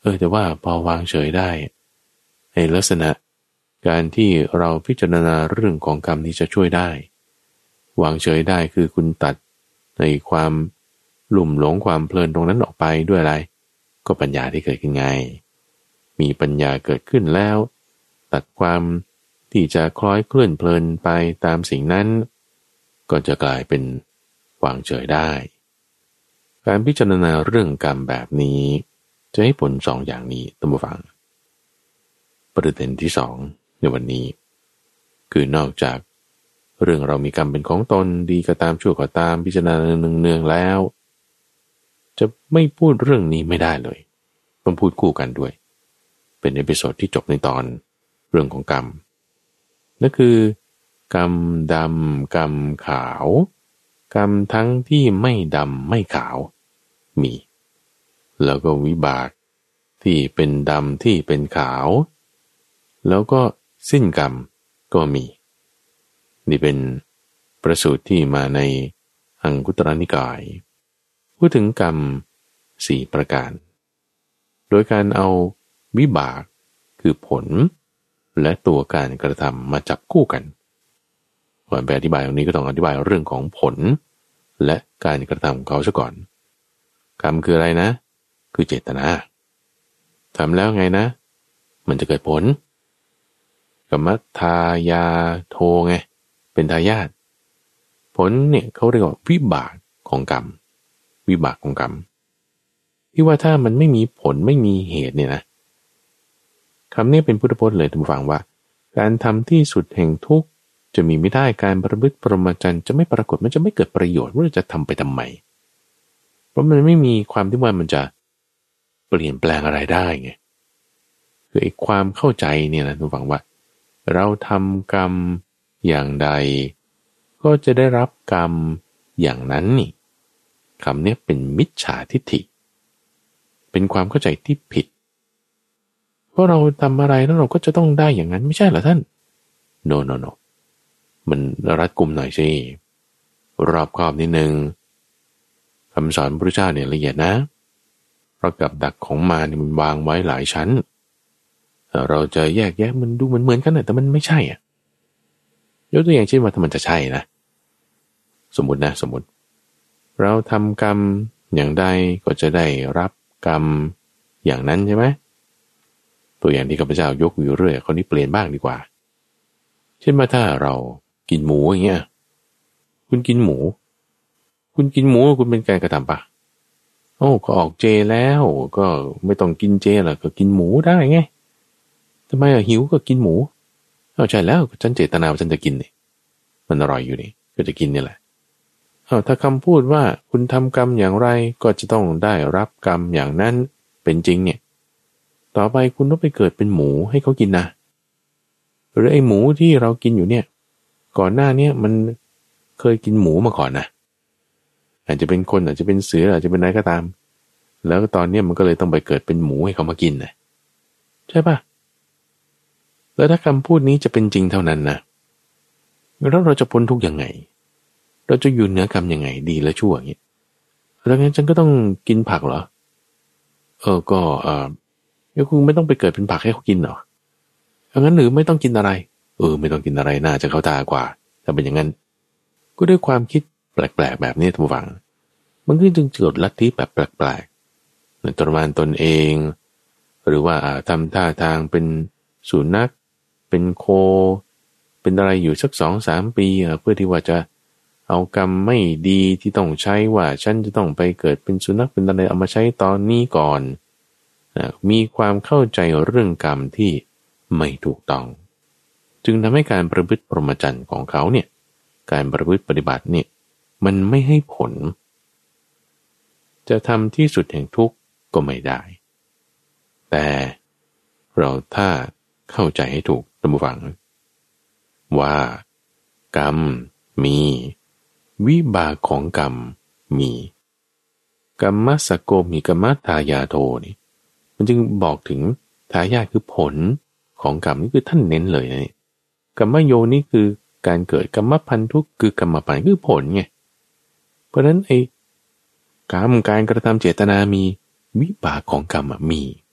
เออแต่ว่าพอวางเฉยได้ในลักษณะการที่เราพิจารณาเรื่องของกรรมนี้จะช่วยได้วางเฉยได้คือคุณตัดในความหลุ่มหลงความเพลินตรงนั้นออกไปด้วยอะไรก็ปัญญาที่เกิดขึ้นไงมีปัญญาเกิดขึ้นแล้วตัดความที่จะคล้อยเคลื่อนเพลินไปตามสิ่งนั้นก็จะกลายเป็นวางเฉยได้การพิจารณาเรื่องกรรมแบบนี้จะให้ผลสองอย่างนี้ตั้งมาฟังประเด็นที่สองในวันนี้คือนอกจากเรื่องเรามีกรรมเป็นของตนดีก็ตามชั่วก็ตามพิจารณาเนืองๆแล้วจะไม่พูดเรื่องนี้ไม่ได้เลยต้องพูดคู่กันด้วยเป็นเอพิโซดที่จบในตอนเรื่องของกรรมนั่นคือกรรมดำกรรมขาวกรรมทั้งที่ไม่ดำไม่ขาวมีแล้วก็วิบากที่เป็นดำที่เป็นขาวแล้วก็สิ้นกรรมก็มีนี่เป็นประสูตรที่มาในอังคุตรนิกายพูดถึงกรรมสี่ประการโดยการเอาวิบากคือผลและตัวการกระทำมาจับคู่กันก่อนไปอธิบายตรงนี้ก็ต้องอธิบายเรื่องของผลและการกระทำของเขาซะก่อนกรรมคืออะไรนะคือเจตนาทำแล้วไงนะมันจะเกิดผลกรรมทายาโทไงเป็นทายาทผลเนี่ยเขาเรียกว่าวิบากของกรรมวิบากของกรรมที่ว่าถ้ามันไม่มีผลไม่มีเหตุเนี่ยนะคำนี้เป็นพุทธพจน์เลยท่านผู้ฟังว่าการทำที่สุดแห่งทุกข์จะมีไม่ได้การประพฤติพรหมจรรย์จะไม่ปรากฏมันจะไม่เกิดประโยชน์ว่าจะทำไปทำไมเพราะมันไม่มีความที่ว่ามันจะเปลี่ยนแปลงอะไรได้ไงคือไอ้ความเข้าใจเนี่ยนะท่านผู้ฟังว่าเราทำกรรมอย่างใดก็จะได้รับกรรมอย่างนั้นนี่คำนี้เป็นมิจฉาทิฏฐิเป็นความเข้าใจที่ผิดเพราะเราทำอะไรแล้วเราก็จะต้องได้อย่างนั้นไม่ใช่เหรอท่าน no no no มันรัดกุมหน่อยสิรอบคอบนิดนึงคำสอนพระพุทธเจ้าเนี่ยละเอียดนะเพราะกับดักของมารเนี่ยมันวางไว้หลายชั้นเราจะแยกแยะมันดูเหมือนเหมือนกันแต่มันไม่ใช่อ่ะยกตัวอย่างเช่นว่าถ้ามันจะใช่นะสมมุตินะสมมุติเราทำกรรมอย่างใดก็จะได้รับกรรมอย่างนั้นใช่ไหมตัวอย่างที่ข้าพเจ้ายกอยู่เรื่อยคนนี้เปลี่ยนบ้างดีกว่าเช่นว่าถ้าเรากินหมูอย่างเงี้ยคุณกินหมูคุณกินหมูคุณเป็นการกระทำปะโอ้ก็ออกเจแล้วก็ไม่ต้องกินเจหรอกก็กินหมูได้ไงทำไมอะหิวก็กินหมูเอาใช่แล้วฉันเจตนาว่าฉันจะกินนี่มันอร่อยอยู่นี่ก็จะกินนี่แหละเอาถ้าคำพูดว่าคุณทำกรรมอย่างไรก็จะต้องได้รับกรรมอย่างนั้นเป็นจริงเนี่ยต่อไปคุณต้องไปเกิดเป็นหมูให้เขากินนะหรือไอ้หมูที่เรากินอยู่เนี่ยก่อนหน้านี้มันเคยกินหมูมาก่อนนะอาจจะเป็นคนอาจจะเป็นเสืออาจจะเป็นอะไรก็ตามแล้วตอนนี้มันก็เลยต้องไปเกิดเป็นหมูให้เขามากินนะใช่ปะแล้วถ้าคำพูดนี้จะเป็นจริงเท่านั้นนะแล้วเราจะพ้นทุกข์ยังไงเราจะอยู่เหนือกรรมยังไงดีและชั่วอย่างนี้แล้วงั้นฉันก็ต้องกินผักเหรอเออก็เออเดี๋ยวคุณไม่ต้องไปเกิดเป็นผักให้เขากินเหรอเอางั้นหรือไม่ต้องกินอะไรเออไม่ต้องกินอะไรน่าจะเข้าตากว่าถ้าเป็นอย่างนั้นก็ด้วยความคิดแปลกๆแบบนี้ท่านผู้ฟังมันก็จึงเกิดลัทธิแบบแปลกๆในตรมานตนเองหรือว่าทำท่าทางเป็นสุนัขเป็นโคเป็นอะไรอยู่สักสองสามปีเพื่อที่ว่าจะเอากรรมไม่ดีที่ต้องใช้ว่าฉันจะต้องไปเกิดเป็นสุนัขเป็นอะไรเอามาใช้ตอนนี้ก่อนมีความเข้าใจเรื่องกรรมที่ไม่ถูกต้องจึงทำให้การประพฤติพรหมจรรย์ของเขาเนี่ยการประพฤติปฏิบัติเนี่ยมันไม่ให้ผลจะทำที่สุดแห่งทุกข์ก็ไม่ได้แต่เราถ้าเข้าใจให้ถูกท่านผู้ฟังว่ากรรมมีวิบากของกรรมมีกรรมสโกมีกรรมทายาโทนี่มันจึงบอกถึงทายาทคือผลของกรรมนี่คือท่านเน้นเลยนะกรรมโยนี่คือการเกิดกรรมพันธุกคือกรรมพันธุ์คือผลไงเพราะฉะนั้นไอ้กรรมการกระทำเจตนามีวิบากของกรรมมี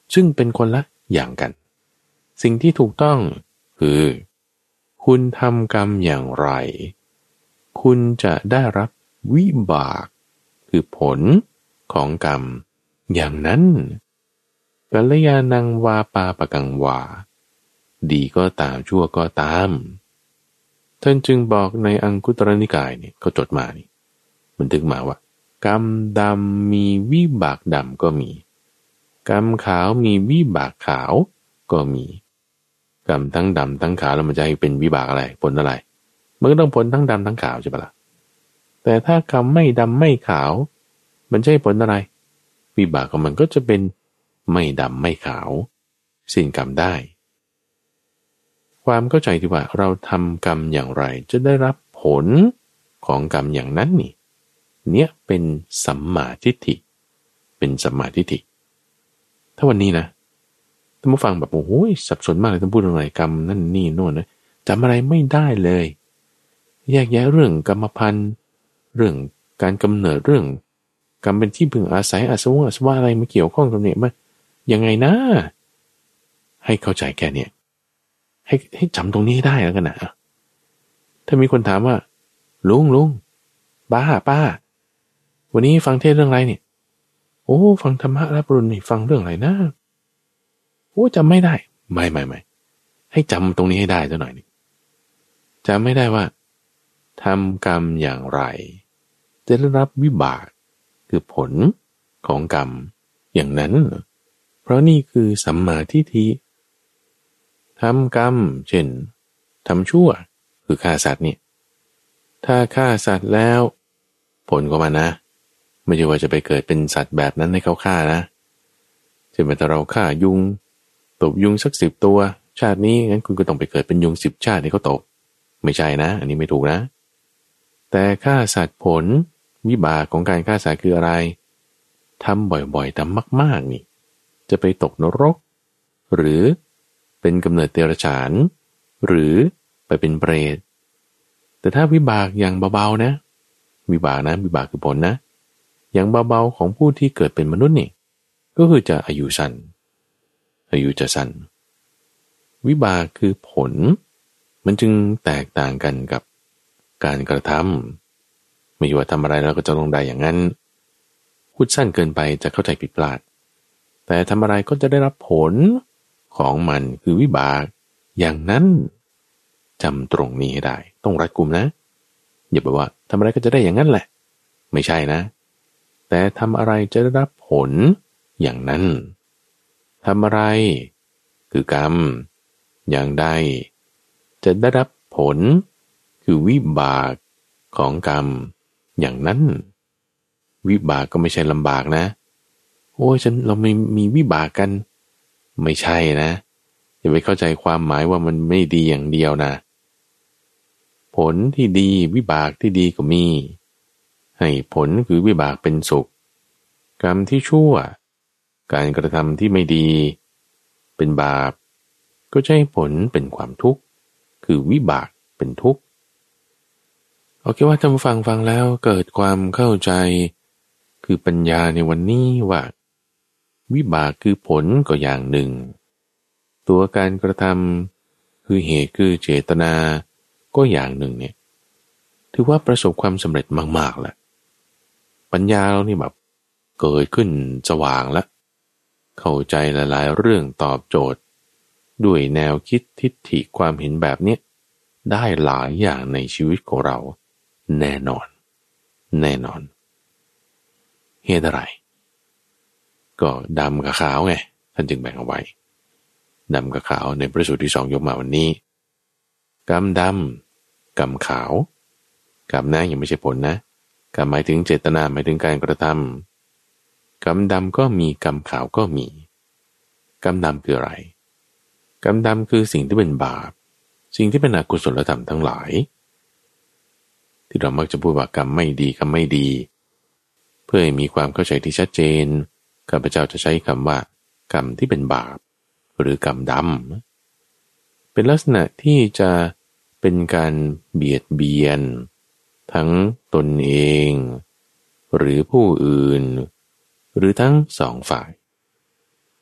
ซึ่งเป็นคนละอย่างกันสิ่งที่ถูกต้องคือคุณทำกรรมอย่างไรคุณจะได้รับวิบากคือผลของกรรมอย่างนั้นกัลยาณังวาปาปกังวาดีก็ตามชั่วก็ตามท่านจึงบอกในอังคุตรนิกายเนี่ยเขาจดมานี่บันทึกมาว่ากรรมดำมีวิบากดำก็มีกรรมขาวมีวิบากขาวก็มีกรรมทั้งดำทั้งขาวแล้วมันจะให้เป็นวิบากอะไรผลอะไรมันก็ต้องผลทั้งดำทั้งขาวใช่ปะล่ะแต่ถ้ากรรมไม่ดำไม่ขาวมันจะให้ผลอะไรวิบากของมันก็จะเป็นไม่ดำไม่ขาวสิ้นกรรมได้ความเข้าใจที่ว่าเราทำกรรมอย่างไรจะได้รับผลของกรรมอย่างนั้นนี่เนี่ยเป็นสัมมาทิฏฐิเป็นสัมมาทิฏฐิถ้าวันนี้นะท่านผู้ฟังแบบโอ้โหสับสนมากเลยท่านพูดอะไรกรรมนั่นนี่โน่นนะจำอะไรไม่ได้เลยแยกแยะเรื่องกรรมพันธุ์เรื่องการกำเนิดเรื่องกรรมเป็นที่พึงอาศัยอาสวะอาสวะอะไรมาเกี่ยวข้องกับเนี่ยมันยังไงนะให้เข้าใจแค่เนี้ยให้ให้จำตรงนี้ให้ได้แล้วกันนะถ้ามีคนถามว่าลุงลุงป้าป้าวันนี้ฟังเทศเรื่องอะไรเนี่ยโอ้ฟังธรรมะรับรุนนี่ฟังเรื่องอะไรนะโอ้จำไม่ได้ไม่ไม่ไม่ให้จำตรงนี้ให้ได้ซะหน่อยนึงจำไม่ได้ว่าทำกรรมอย่างไรจะได้รับวิบากคือผลของกรรมอย่างนั้นเพราะนี่คือสัมมาทิฏฐิทำกรรมเช่นทำชั่วคือฆ่าสัตว์เนี่ยถ้าฆ่าสัตว์แล้วผลของมันนะไม่ใช่ว่าจะไปเกิดเป็นสัตว์แบบนั้นให้เขาฆ่านะเช่นถ้าเราฆ่ายุงตบยุงสักสิบตัวชาตินี้งั้นคุณก็ต้องไปเกิดเป็นยุงสิบชาติให้เขาตบไม่ใช่นะอันนี้ไม่ถูกนะแต่ฆ่าสัตว์ผลวิบากของการฆ่าสัตว์คืออะไรทำบ่อยๆทำมากๆนี่จะไปตกนรกหรือเป็นกำเนิดเดรัจฉานหรือไปเป็นเปรตแต่ถ้าวิบากอย่างเบาๆนะวิบากนะวิบากคือผลนะอย่างเบาๆของผู้ที่เกิดเป็นมนุษย์นี่ก็คือจะอายุสั้นอายุจะสั้นวิบากคือผลมันจึงแตกต่างกันกับการกระทำไม่ว่าทำอะไรเราก็จะลงได้อย่างนั้นพูดสั้นเกินไปจะเข้าใจผิดพลาดแต่ทำอะไรก็จะได้รับผลของมันคือวิบากอย่างนั้นจำตรงนี้ให้ได้ต้องรัดกุมนะอย่าบอกว่าทำอะไรก็จะได้อย่างนั้นแหละไม่ใช่นะแต่ทำอะไรจะได้รับผลอย่างนั้นทำอะไรคือกรรมอย่างใดจะได้รับผลคือวิบากของกรรมอย่างนั้นวิบากก็ไม่ใช่ลำบากนะโอ้ยฉันเราไม่มีวิบากกันไม่ใช่นะอย่าไปเข้าใจความหมายว่ามันไม่ดีอย่างเดียวนะผลที่ดีวิบากที่ดีก็มีให้ผลคือวิบากเป็นสุขกรรมที่ชั่วการกระทำที่ไม่ดีเป็นบาปก็จะให้ผลเป็นความทุกข์คือวิบากเป็นทุกข์โอเคว่าท่านผู้ฟังฟังแล้วเกิดความเข้าใจคือปัญญาในวันนี้ว่าวิบากคือผลก็อย่างหนึ่งตัวการกระทำคือเหตุคือเจตนาก็อย่างหนึ่งเนี่ยถือว่าประสบความสำเร็จมากๆแล้วปัญญาเรานี่แบบเกิดขึ้นสว่างแล้วเข้าใจหลายๆเรื่องตอบโจทย์ด้วยแนวคิดทิฏฐิความเห็นแบบนี้ได้หลายอย่างในชีวิตของเราแน่นอนแน่นอนเหตุอะไรก็ดำกับขาวไงท่านจึงแบ่งเอาไว้ดำกับขาวในพระสูตรที่สองยกมาวันนี้กรรมดำกรรมขาวกรรมนะยังไม่ใช่ผลนะกรรมหมายถึงเจตนาหมายถึงการกระทำกรรมดำก็มีกรรมขาวก็มีกรรมดำคืออะไรกรรมดำคือสิ่งที่เป็นบาปสิ่งที่เป็นอกุศลธรรมทั้งหลายที่เรามักจะพูดว่ากรรมไม่ดีกรรมไม่ดีเพื่อให้มีความเข้าใจที่ชัดเจนข้าพเจ้าจะใช้คำว่ากรรมที่เป็นบาปหรือกรรมดำเป็นลักษณะที่จะเป็นการเบียดเบียนทั้งตนเองหรือผู้อื่นหรือทั้งสองฝ่าย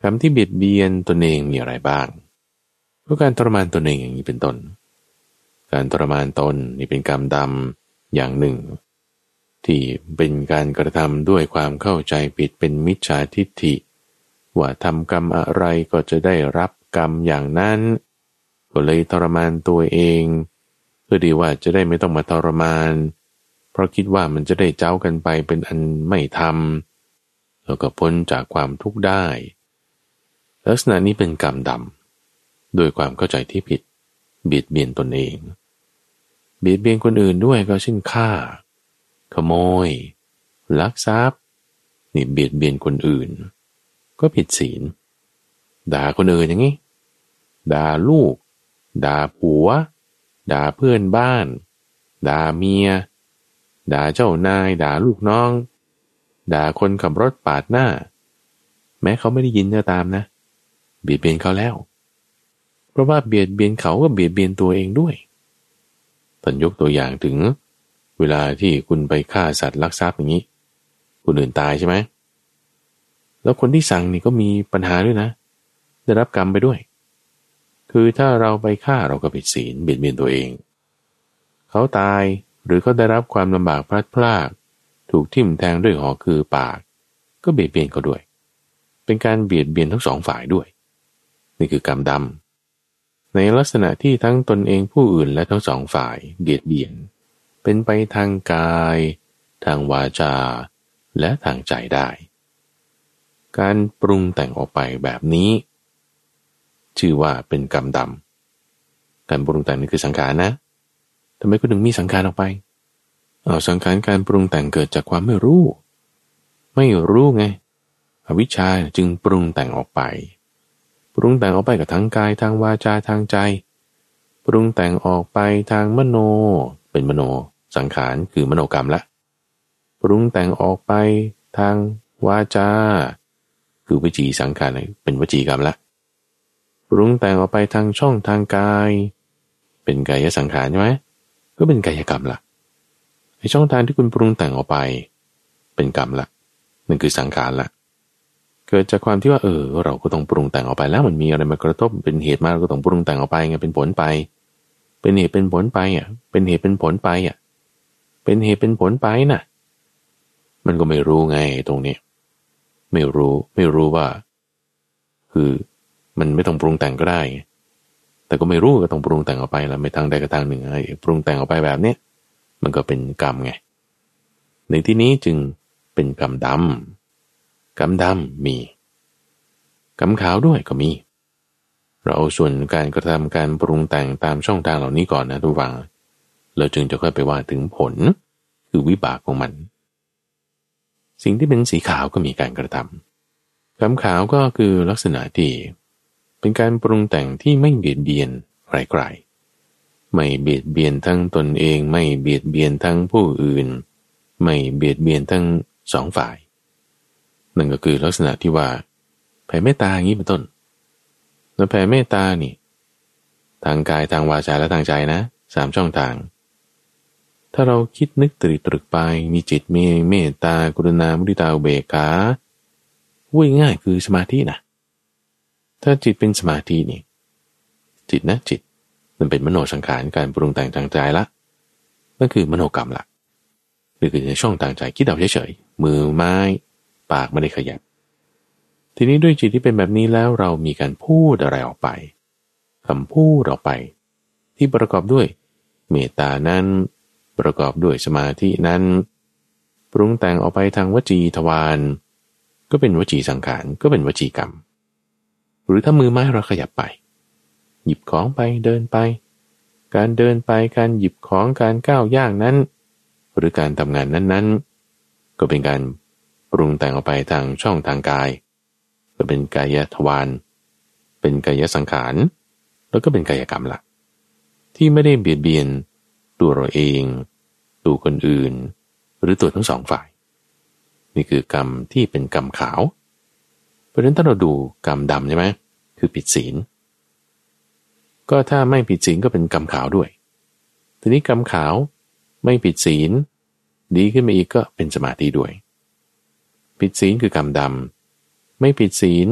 กรรมที่เบียดเบียนตนเองมีอะไรบ้างก็การทรมานตนเองอย่างนี้เป็นต้นการทรมานตนนี่เป็นกรรมดำอย่างหนึ่งที่เป็นการกระทำด้วยความเข้าใจผิดเป็นมิจฉาทิฏฐิว่าทำกรรมอะไรก็จะได้รับกรรมอย่างนั้นก็เลยทรมานตัวเองเพื่อดีว่าจะได้ไม่ต้องมาทรมานเพราะคิดว่ามันจะได้เจ้ากันไปเป็นอันไม่ทำแล้วก็พ้นจากความทุกข์ได้ลักษณะนี้เป็นกรรมดำโดยความเข้าใจที่ผิดเบียดเบียนตนเองเบียดเบียนคนอื่นด้วยก็เช่นฆ่าขโมยลักทรัพย์นี่เบียดเบียนคนอื่นก็ผิดศีลด่าคนอื่นอย่างนี้ด่าลูกด่าผัวด่าเพื่อนบ้านด่าเมียด่าเจ้านายด่าลูกน้องด่าคนขับรถปาดหน้าแม้เขาไม่ได้ยินก็ตามนะเบียดเบียนเขาแล้วเพราะว่าเบียดเบียนเขาก็เบียดเบียนตัวเองด้วยตอนยกตัวอย่างถึงเวลาที่คุณไปฆ่าสัตว์ลักทรัพย์อย่างนี้คนอื่นตายใช่ไหมแล้วคนที่สั่งนี่ก็มีปัญหาด้วยนะได้รับกรรมไปด้วยคือถ้าเราไปฆ่าเราก็ผิดศีลเบียดเบียนตัวเองเขาตายหรือเขาได้รับความลำบากพลัดพรากถูกทิ่มแทงด้วยหอกคือปากก็เบียดเบียนเขาด้วยเป็นการเบียดเบียนทั้งสองฝ่ายด้วยนี่คือกรรมดำในลักษณะที่ทั้งตนเองผู้อื่นและทั้งสองฝ่ายเบียดเบียนเป็นไปทางกายทางวาจาและทางใจได้การปรุงแต่งออกไปแบบนี้ชื่อว่าเป็นกรรมดำการปรุงแต่งนี่คือสังขารนะทำไมก็ถึงมีสังขารออกไปเอาสังขารการปรุงแต่งเกิดจากความไม่รู้ไม่รู้ไงอวิชชาจึงปรุงแต่งออกไปปรุงแต่งออกไปกับทางกายทางวาจาทางใจปรุงแต่งออกไปทางมโนเป็นมโนสังขารคือมโนกรรมละปรุงแต่งออกไปทางวาจาคือวจีสังขารเป็นวจีกรรมละปรุงแต่งออกไปทางช่องทางกายเป็นกายสังขารใช่ไหมก็เป็นกายกรรมละไอ้ช่องทางที่คุณปรุงแต่งออกไปเป็นกรรมละมันคือสังขารละเกิดจากความที่ว่าเออเราก็ต้องปรุงแต่งออกไปแล้วมันมีอะไรมากระทบเป็นเหตุมาเราก็ต้องปรุงแต่งออกไปไงเป็นผลไปเป็นเหตุเป็นผลไปอ่ะเป็นเหตุเป็นผลไปอ่ะเป็นเหตุเป็นผลไปน่ะมันก็ไม่รู้ไงตรงนี้ไม่รู้ไม่รู้ว่าคือมันไม่ต้องปรุงแต่งก็ได้แต่ก็ไม่รู้ก็ต้องปรุงแต่งออกไปแล้วไม่ทางใดก็ทางหนึ่งไอ้ปรุงแต่งออกไปแบบนี้มันก็เป็นกรรมไงในที่นี้จึงเป็นกรรมดำกรรมดำมีกรรมขาวด้วยก็มีเราเอาส่วนการกระทำการปรุงแต่งตามช่องทางเหล่านี้ก่อนนะทุกฝังเราจึงจะค่อยไปว่าถึงผลคือวิบากของมันสิ่งที่เป็นสีขาวก็มีการกระทำกรรมขาวก็คือลักษณะที่เป็นการปรุงแต่งที่ไม่เบียดเบียนใครๆไม่เบียดเบียนทั้งตนเองไม่เบียดเบียนทั้งผู้อื่นไม่เบียดเบียนทั้งสองฝ่ายนั่นก็คือลักษณะที่ว่าแผ่เมตตาอย่างนี้เป็นต้นแล้วแผ่เมตตานี่ทางกายทางวาจาและทางใจนะสามช่องทางถ้าเราคิดนึกตรีตรึกไปมีจิตมีเมตตากรุณามุทิตาอุเบกขาพูดง่ายคือสมาธินะถ้าจิตเป็นสมาธินี่จิตนะจิตมันเป็นมโนสังขารการปรุงแต่งทางใจละนั่นคือมโนกรรมละหรือคือในช่องทางใจคิดเอาเฉยๆมือไม้ปากไม่ได้ขยับทีนี้ด้วยจิตที่เป็นแบบนี้แล้วเรามีการพูดอะไรออกไปคำพูดออกไปที่ประกอบด้วยเมตตานั้นประกอบด้วยสมาธินั้นปรุงแต่งออกไปทางวจีทวารก็เป็นวจีสังขารก็เป็นวจีกรรมหรือถ้ามือไม้เราขยับไปหยิบของไปเดินไปการเดินไปการหยิบของการก้าวย่างนั้นหรือการทำงานนั้นๆก็เป็นการปรุงแต่งออกไปทางช่องทางกายก็เป็นกายทวารเป็นกายสังขารแล้วก็เป็นกายกรรมละที่ไม่ได้เบียดเบียนตัวเราเองตัวคนอื่นหรือตัวทั้งสองฝ่ายนี่คือกรรมที่เป็นกรรมขาวเพราะฉะนั้นถ้าเราดูกรรมดำใช่ไหมคือผิดศีลก็ถ้าไม่ผิดศีลก็เป็นกรรมขาวด้วยทีนี้กรรมขาวไม่ผิดศีลดีขึ้นมาอีกก็เป็นสมาธิด้วยผิดศีลคือกรรมดำไม่ผิดศีล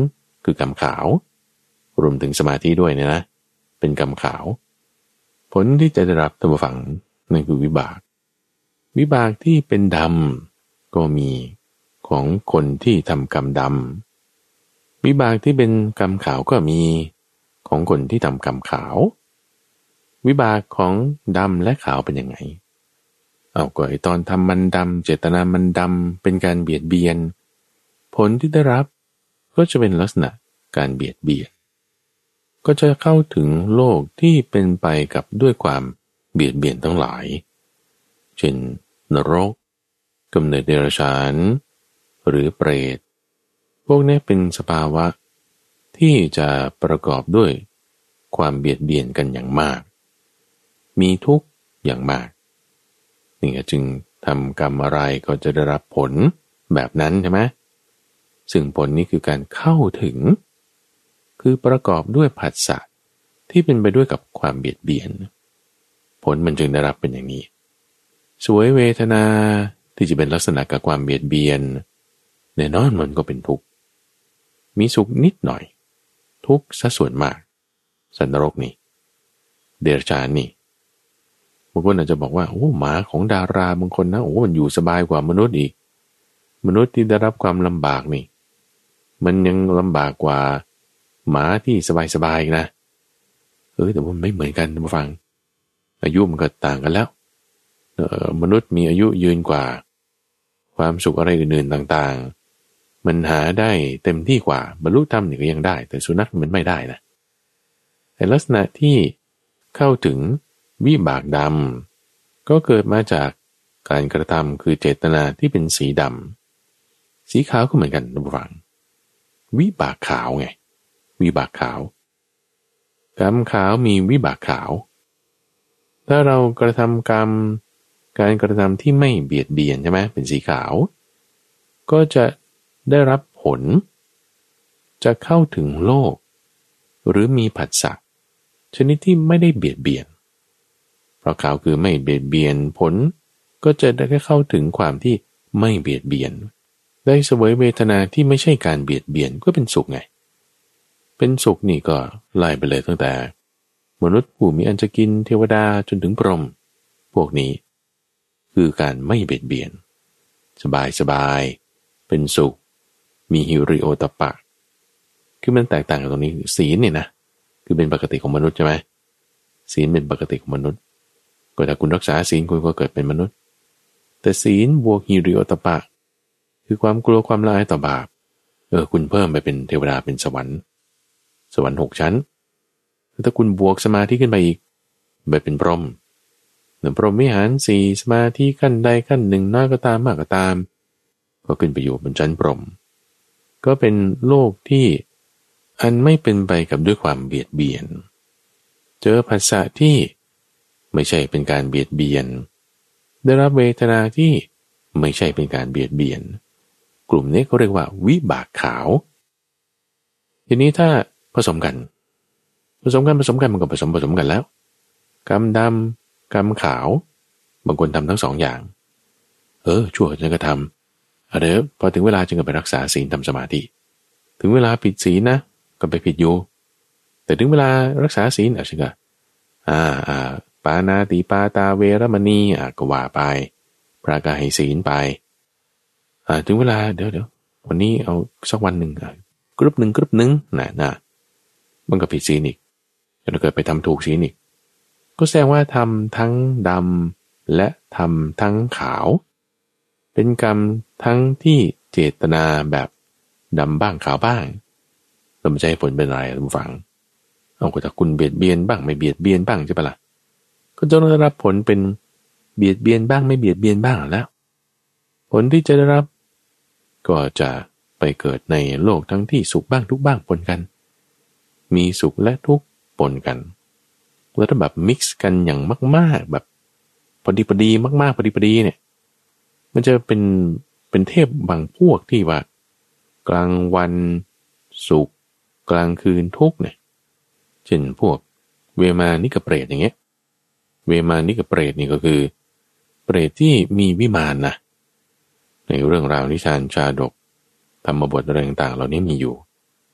คือกรรมขาวรวมถึงสมาธิด้วยเนี่ยนะเป็นกรรมขาวผลที่จะได้รับท่านผู้ฟังนั่นคือวิบากวิบากที่เป็นดำก็มีของคนที่ทำกรรมดำวิบากที่เป็นกรรมขาวก็มีของคนที่ทำกรรมขาววิบากของดำและขาวเป็นยังไงเอาก็ไอตอนทำมันดำเจตนามันดำเป็นการเบียดเบียนผลที่ได้รับก็จะเป็นลักษณะการเบียดเบียนก็จะเข้าถึงโลกที่เป็นไปกับด้วยความเบียดเบียนทั้งหลายเช่นนรกกำเนิดเดรัจฉานหรือเปรตพวกนี้เป็นสภาวะที่จะประกอบด้วยความเบียดเบียนกันอย่างมากมีทุกข์อย่างมากนี่จึงทำกรรมอะไรก็จะได้รับผลแบบนั้นใช่ไหมซึ่งผลนี้คือการเข้าถึงคือประกอบด้วยผัสสะที่เป็นไปด้วยกับความเบียดเบียนผลมันจึงได้รับเป็นอย่างนี้สวยเวทนาที่จะเป็นลักษณะกับความเบียดเบียนแน่นอนมันก็เป็นทุกข์มีสุขนิดหน่อยทุกข์ซะส่วนมากสัตว์นรกนี่เดรัจฉานนี่บางคนอาจจะบอกว่าโอ้หมาของดาราบางคนนะโอ้มันอยู่สบายกว่ามนุษย์อีกมนุษย์ที่ได้รับความลำบากนี่มันยังลำบากกว่าหมาที่สบายๆนะเออแต่ว่าไม่เหมือนกันมาฟังอายุมันก็ต่างกันแล้วเออมนุษย์มีอายุยืนกว่าความสุขอะไรอื่นๆต่างๆมันหาได้เต็มที่กว่าบรรลุธรรมนี่ก็ยังได้แต่สุนัขมันไม่ได้นะแต่ลักษณะที่เข้าถึงวิบากดำก็เกิดมาจากการกระทำคือเจตนาที่เป็นสีดำสีขาวก็เหมือนกันท่านผู้ฟังวิบากขาวไงวิบากขาวกรรมขาวมีวิบากขาวถ้าเรากระทำกรรมการกระทำที่ไม่เบียดเบียนใช่ไหมเป็นสีขาวก็จะได้รับผลจะเข้าถึงโลกหรือมีผัสสะชนิดที่ไม่ได้เบียดเบียนเพราะขาวคือไม่เบียดเบียนผลก็จะได้เข้าถึงความที่ไม่เบียดเบียนได้เสวยเวทนาที่ไม่ใช่การเบียดเบียนก็เป็นสุขไงเป็นสุขนี่ก็ไล่ไปเลยตั้งแต่มนุษย์ผู้มีอันจะกินเทวดาจนถึงพรหมพวกนี้คือการไม่เบียดเบียนสบายสบายเป็นสุขมีหิริโอตปะคือมันแตกต่างกันตรงนี้ศีลเนี่ยนะคือเป็นปกติของมนุษย์ใช่ไหมศีลเป็นปกติของมนุษย์ก็ถ้าคุณรักษาศีลคุณก็เกิดเป็นมนุษย์แต่ศีลบวกหิริโอตปะคือความกลัวความละอายต่อบาปเออคุณเพิ่มไปเป็นเทวดาเป็นสวรรค์สวรรค์หกชั้นถ้าคุณบวกสมาธิขึ้นไปอีกไปเป็นพรหมหรือพรหมวิหารสี่สมาธิขั้นใดขั้นหนึ่งน้อยก็ตามมากก็ตามก็ขึ้นไปอยู่บนชั้นพรหมก็เป็นโลกที่อันไม่เป็นไปกับด้วยความเบียดเบียนเจอภาษาที่ไม่ใช่เป็นการเบียดเบียนได้รับเวทนาที่ไม่ใช่เป็นการเบียดเบียนกลุ่มนี้เขาเรียกว่าวิบากขาวทีนี้ถ้าผสมกันผสมกันผสมกันมันก็ผสมผสมกันแล้วกรรมดำกรรมขาวบางคนทำทั้งสองอย่างเออชั่วฉันก็ทำเอาเดี๋ยวพอถึงเวลาจึงก็ไปรักษาศีลทำสมาธิถึงเวลาผิดศีลนะก็ไปผิดอยู่แต่ถึงเวลารักษาศีลอ่ะฉันก็อ่าอ่าปานาติปาตาเวรมณีอ่ะก็ว่าไปพระก็ให้ศีลไปอ่าถึงเวลาเดี๋ยวเดี๋ยววันนี้เอาสักวันหนึ่งอ่ะกรุ๊ปหนึ่งกรุ๊ปหนึ่งน่ะน่ะมันก็ผิดศีลอีกแล้วเกิดไปทำถูกศีลอีกก็แสดงว่าทำทั้งดำและทำทั้งขาวเป็นกรรมทั้งที่เจตนาแบบดำบ้างขาวบ้างเราไม่ใช่ผลเป็นอะไรท่านผู้ฟังเอาก็ถ้าคุณเบียดเบียนบ้างไม่เบียดเบียนบ้างใช่ปะล่ะก็จะได้รับผลเป็นเบียดเบียนบ้างไม่เบียดเบียนบ้างแล้วผลที่จะได้รับก็จะไปเกิดในโลกทั้งที่สุขบ้างทุกข์บ้างปนกันมีสุขและทุกข์ปนกันแล้วถ้าแบบมิกซ์กันอย่างมากๆแบบพอดีพอดีมากๆพอดีพอดีเนี่ยมันจะเป็นเป็นเทพบางพวกที่ว่ากลางวันสุขกลางคืนทุกข์เนี่ยเช่นพวกเวมานิกเปรตอย่างเงี้ยเวมานิกเปรตนี่ก็คือเปรตที่มีวิมานนะในเรื่องราวนิทานชาดกธรรมบทอะไรต่างๆเหล่านี้มีอยู่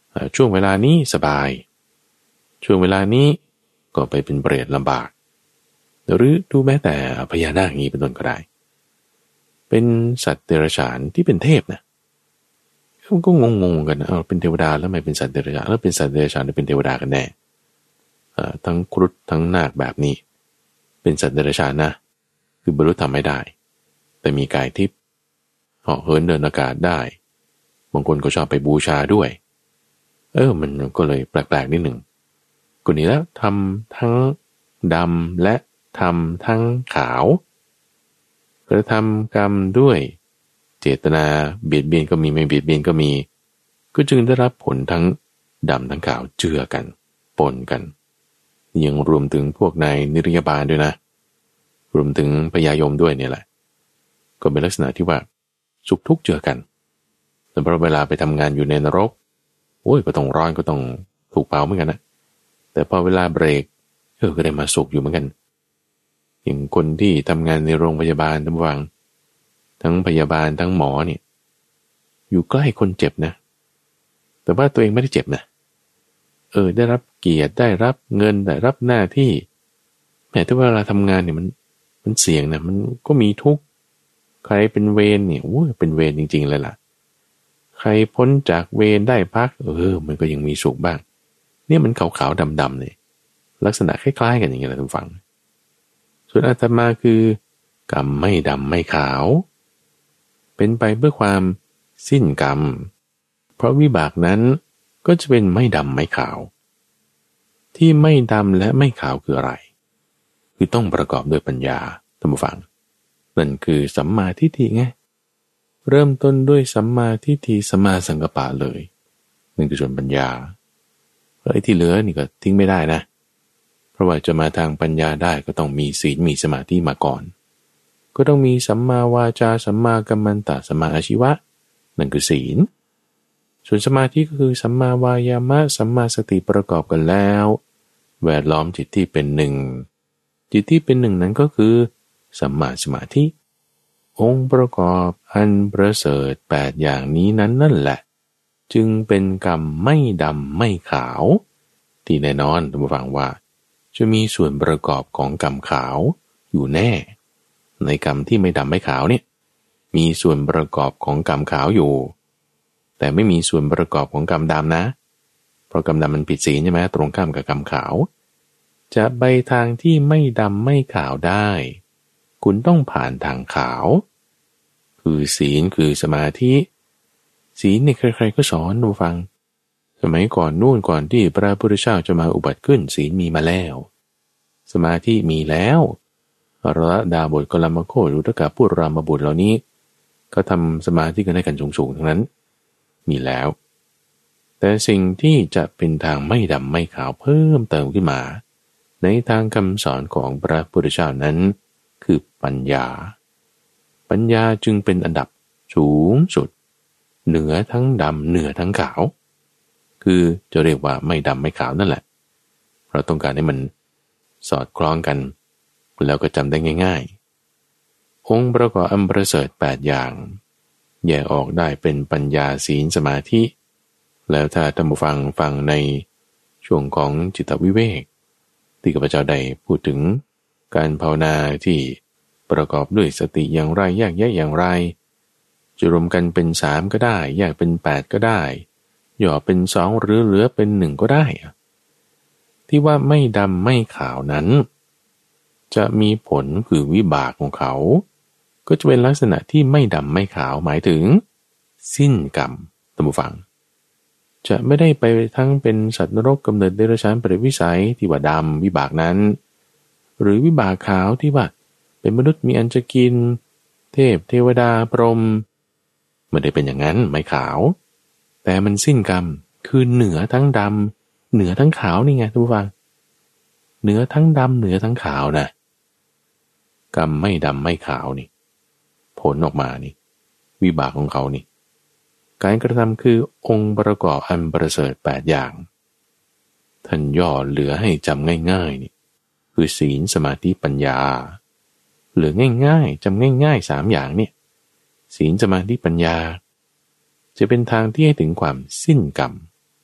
ช่วงเวลานี้สบายช่วงเวลานี้ก็ไปเป็นเปรตลำบากหรือดูแม้แต่พญานาคอย่างนี้เป็นต้นก็ได้เป็นสัตว์เดรัจฉานที่เป็นเทพนะเขาก็งงๆกันนะเอาเป็นเทวดาแล้วไม่เป็นสัตว์เดรัจฉานแล้วเป็นสัตว์เดรัจฉานหรือเป็นเทวดากันแน่ทั้งครุฑทั้งนาคแบบนี้เป็นสัตว์เดรัจฉานนะคือบรรลุธรรมไม่ได้แต่มีกายทิพย์เหาะเหินเดินอากาศได้บางคนก็ชอบไปบูชาด้วยเออมันก็เลยแปลกๆนิดหนึ่งกูนี้แล้วทำทั้งดำและทำทั้งขาวกระทำกรรมด้วยเจตนาเบียดเบียนก็มีไม่เบียดเบียนก็มีก็จึงได้รับผลทั้งดำทั้งขาวเจือกันปนกันยังรวมถึงพวกนายนิรยาบาลด้วยนะรวมถึงพญายมด้วยเนี่ยแหละก็เป็นลักษณะที่ว่าสุขทุกข์เจือกันแต่พอเวลาไปทำงานอยู่ในนรกโอ้ยก็ต้องร้อนก็ต้องถูกเผาเหมือนกันนะแต่พอเวลาเบรกเออก็ได้มาสุขอยู่เหมือนกันอย่างคนที่ทำงานในโรงพยาบาลทั้งวังทั้งพยาบาลทั้งหมอเนี่ยอยู่ใกล้คนเจ็บนะแต่ว่าตัวเองไม่ได้เจ็บนะเออได้รับเกียรติได้รับเงินได้รับหน้าที่แม้แต่เวลาทำงานเนี่ยมันมันเสี่ยงนะมันก็มีทุกข์ใครเป็นเวรเนี่ยโอ้ยเป็นเวรจริงๆเลยล่ะใครพ้นจากเวรได้พักเออมันก็ยังมีสุขบ้างเนี่ยมันขาวๆดำๆเลยลักษณะคล้ายๆกันอย่างเงี้ยแหละท่านฟังส่วนอาตมาคือกรรมไม่ดำไม่ขาวเป็นไปเพื่อความสิ้นกรรมเพราะวิบากนั้นก็จะเป็นไม่ดำไม่ขาวที่ไม่ดำและไม่ขาวคืออะไรคือต้องประกอบด้วยปัญญาท่านผู้ฟังนั่นคือสัมมาทิฏฐิไงเริ่มต้นด้วยสัมมาทิฏฐิสัมมาสังกัปปะเลยนั่นคือส่วนปัญญาไอ้ที่เหลือนี่ก็ทิ้งไม่ได้นะเพราะว่าจะมาทางปัญญาได้ก็ต้องมีศีลมีสมาธิมาก่อนก็ต้องมีสัมมาวาจาสัมมากัมมันตะสัมมาอาชีวะนั่นคือศีลส่วนสมาธิก็คือสัมมาวายามะสัมมาสติประกอบกันแล้วแวดล้อมจิตที่เป็นหนึ่งจิตที่เป็นหนึ่งนั้นก็คือสัมมาสมาธิองค์ประกอบอันประเสริฐแปดอย่างนี้นั้นนั่นแหละจึงเป็นกรรมไม่ดำไม่ขาวที่แน่นอนท่านผู้ฟังว่าจะมีส่วนประกอบของกรรมขาวอยู่แน่ในกรรมที่ไม่ดำไม่ขาวเนี่ยมีส่วนประกอบของกรรมขาวอยู่แต่ไม่มีส่วนประกอบของกรรมดำนะเพราะกรรมดำมันผิดศีลใช่ไหมตรงข้ามกับกรรมขาวจะไปทางที่ไม่ดำไม่ขาวได้คุณต้องผ่านทางขาวคือศีลคือสมาธิศีลเนี่ยใครๆก็สอนดูฟังสมัยก่อนนู่นก่อนที่พระพุทธเจ้าจะมาอุบัติขึ้นศีลมีมาแล้วสมาธิมีแล้วอรดาบทกลามโคตรอุทกะพูดรามบุตรเหล่านี้ก็ทำสมาธิกันได้กันสูงๆทั้งนั้นมีแล้วแต่สิ่งที่จะเป็นทางไม่ดำไม่ขาวเพิ่มเติมขึ้นมาในทางคำสอนของพระพุทธเจ้านั้นคือปัญญาปัญญาจึงเป็นอันดับสูงสุดเหนือทั้งดำเหนือทั้งขาวคือจะเรียกว่าไม่ดำไม่ขาวนั่นแหละเราต้องการให้มันสอดคล้องกันแล้วก็จำได้ง่ายๆองค์ประกอบอันประเสริฐแปดอย่างแยกออกได้เป็นปัญญาศีลสมาธิแล้วถ้าท่านผู้ฟังฟังในช่วงของจิตวิเวกที่ข้าพเจ้าได้พูดถึงการภาวนาที่ประกอบด้วยสติอย่างไรแยกแยะอย่างไรจะรวมกันเป็นสามก็ได้แยกเป็นแปดก็ได้ย่อเป็นสองหรือเหลือเป็นหนึ่งก็ได้ที่ว่าไม่ดำไม่ขาวนั้นจะมีผลคือวิบากของเขาก็จะเป็นลักษณะที่ไม่ดำไม่ขาวหมายถึงสิ้นกรรมท่านผู้ฟังจะไม่ได้ไปทั้งเป็นสัตว์นรกกำเนิดเดรัจฉานเปรตวิสัยที่ว่าดำวิบากนั้นหรือวิบากขาวที่ว่าเป็นมนุษย์มีอันจะกินเทพเทวดาพรหมไม่ได้เป็นอย่างนั้นไม่ขาวแต่มันสิ้นกรรมคือเหนือทั้งดำเหนือทั้งขาวนี่ไงท่านผู้ฟังเหนือทั้งดำเหนือทั้งขาวนะกรรมไม่ดำไม่ขาวนี่ผลออกมานี่วิบากของเขานี่การกระทำคือองค์ประกอบอันประเสริฐแปดอย่างท่านย่อเหลือให้จำง่ายๆนี่คือศีลสมาธิปัญญาเหลือง่ายๆจำง่ายๆสามอย่างเนี่ยศีลสมาธิปัญญาจะเป็นทางที่ให้ถึงความสิ้นกรรม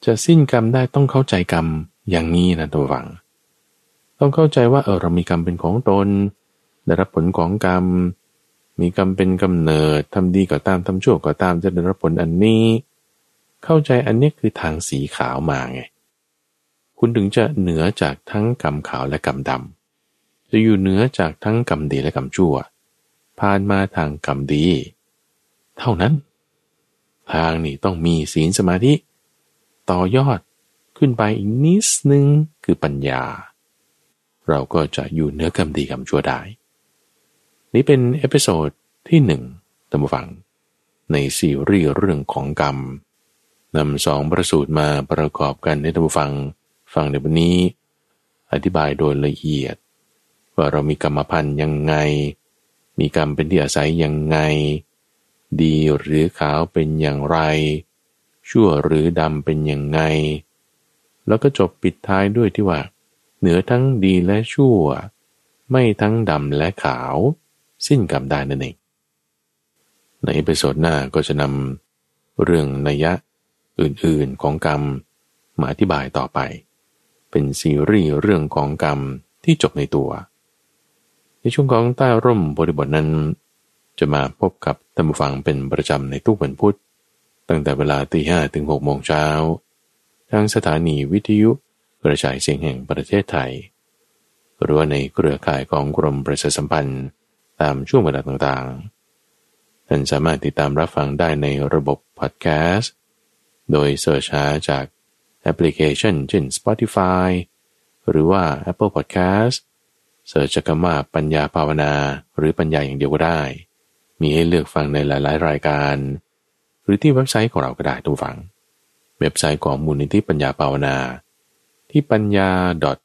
จะสิ้นกรรมได้ต้องเข้าใจกรรมอย่างนี้นะตัวฟังต้องเข้าใจว่าเออเรามีกรรมเป็นของตนได้รับผลของกรรมมีกรรมเป็นกำเนิดทำดีก็ตามทำชั่วก็ตามจะได้รับผลอันนี้เข้าใจอันนี้คือทางสีขาวมาไงคุณถึงจะเหนือจากทั้งกรรมขาวและกรรมดำจะอยู่เหนือจากทั้งกรรมดีและกรรมชั่วผ่านมาทางกรรมดีเท่านั้นทางนี้ต้องมีศีลสมาธิต่อยอดขึ้นไปอีกนิดนึงคือปัญญาเราก็จะอยู่เหนือกรรมดีกรรมชั่วได้นี่เป็นเอพิโซดที่หนึ่งท่านผู้ฟังในซีรีส์เรื่องของกรรมนำสองประสูตรมาประกอบกันให้ท่านผู้ฟังฟังในวันนี้อธิบายโดยละเอียดว่าเรามีกรรมพันธุ์ยังไงมีกรรมเป็นที่อาศัยยังไงดีหรือขาวเป็นอย่างไรชั่วหรือดำเป็นยังไงแล้วก็จบปิดท้ายด้วยที่ว่าเหนือทั้งดีและชั่วไม่ทั้งดำและขาวสิ้นกรรมได้นั่นเองในเอพิโซดหน้าก็จะนำเรื่องนัยยะอื่นๆของกรรมมาอธิบายต่อไปเป็นซีรีส์เรื่องของกรรมที่จบในตัวในช่วงของใต้ร่มบริบทนั้นจะมาพบกับท่านผู้ฟังเป็นประจำในทุกวันพุธตั้งแต่เวลาตีห้าถึงหกโมงเช้าทางสถานีวิทยุกระจายเสียงแห่งประเทศไทยหรือว่าในเครือข่ายของกรมประชาสัมพันธ์ตามช่วงเวลาต่างๆท่านสามารถติดตามรับฟังได้ในระบบพอดแคสต์โดยเสิร์ชหาจากแอปพลิเคชันเช่น Spotify หรือว่า Apple Podcast เสิร์ชจากคำว่าปัญญาภาวนาหรือปัญญาอย่างเดียวก็ได้มีให้เลือกฟังในหลายๆรายการหรือที่เว็บไซต์ของเราก็ได้ทุกฟังเว็บไซต์ของมูลนิธิปัญญาภาวนาที่ปัญญา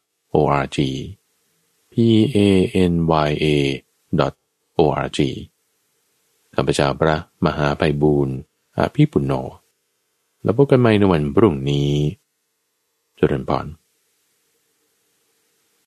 .org p a n y a .org ข้าพเจ้าพระมหาไพบูลย์อาภิปุณโญแล้วพบกันใหม่ในวันพรุ่งนี้เจริญพร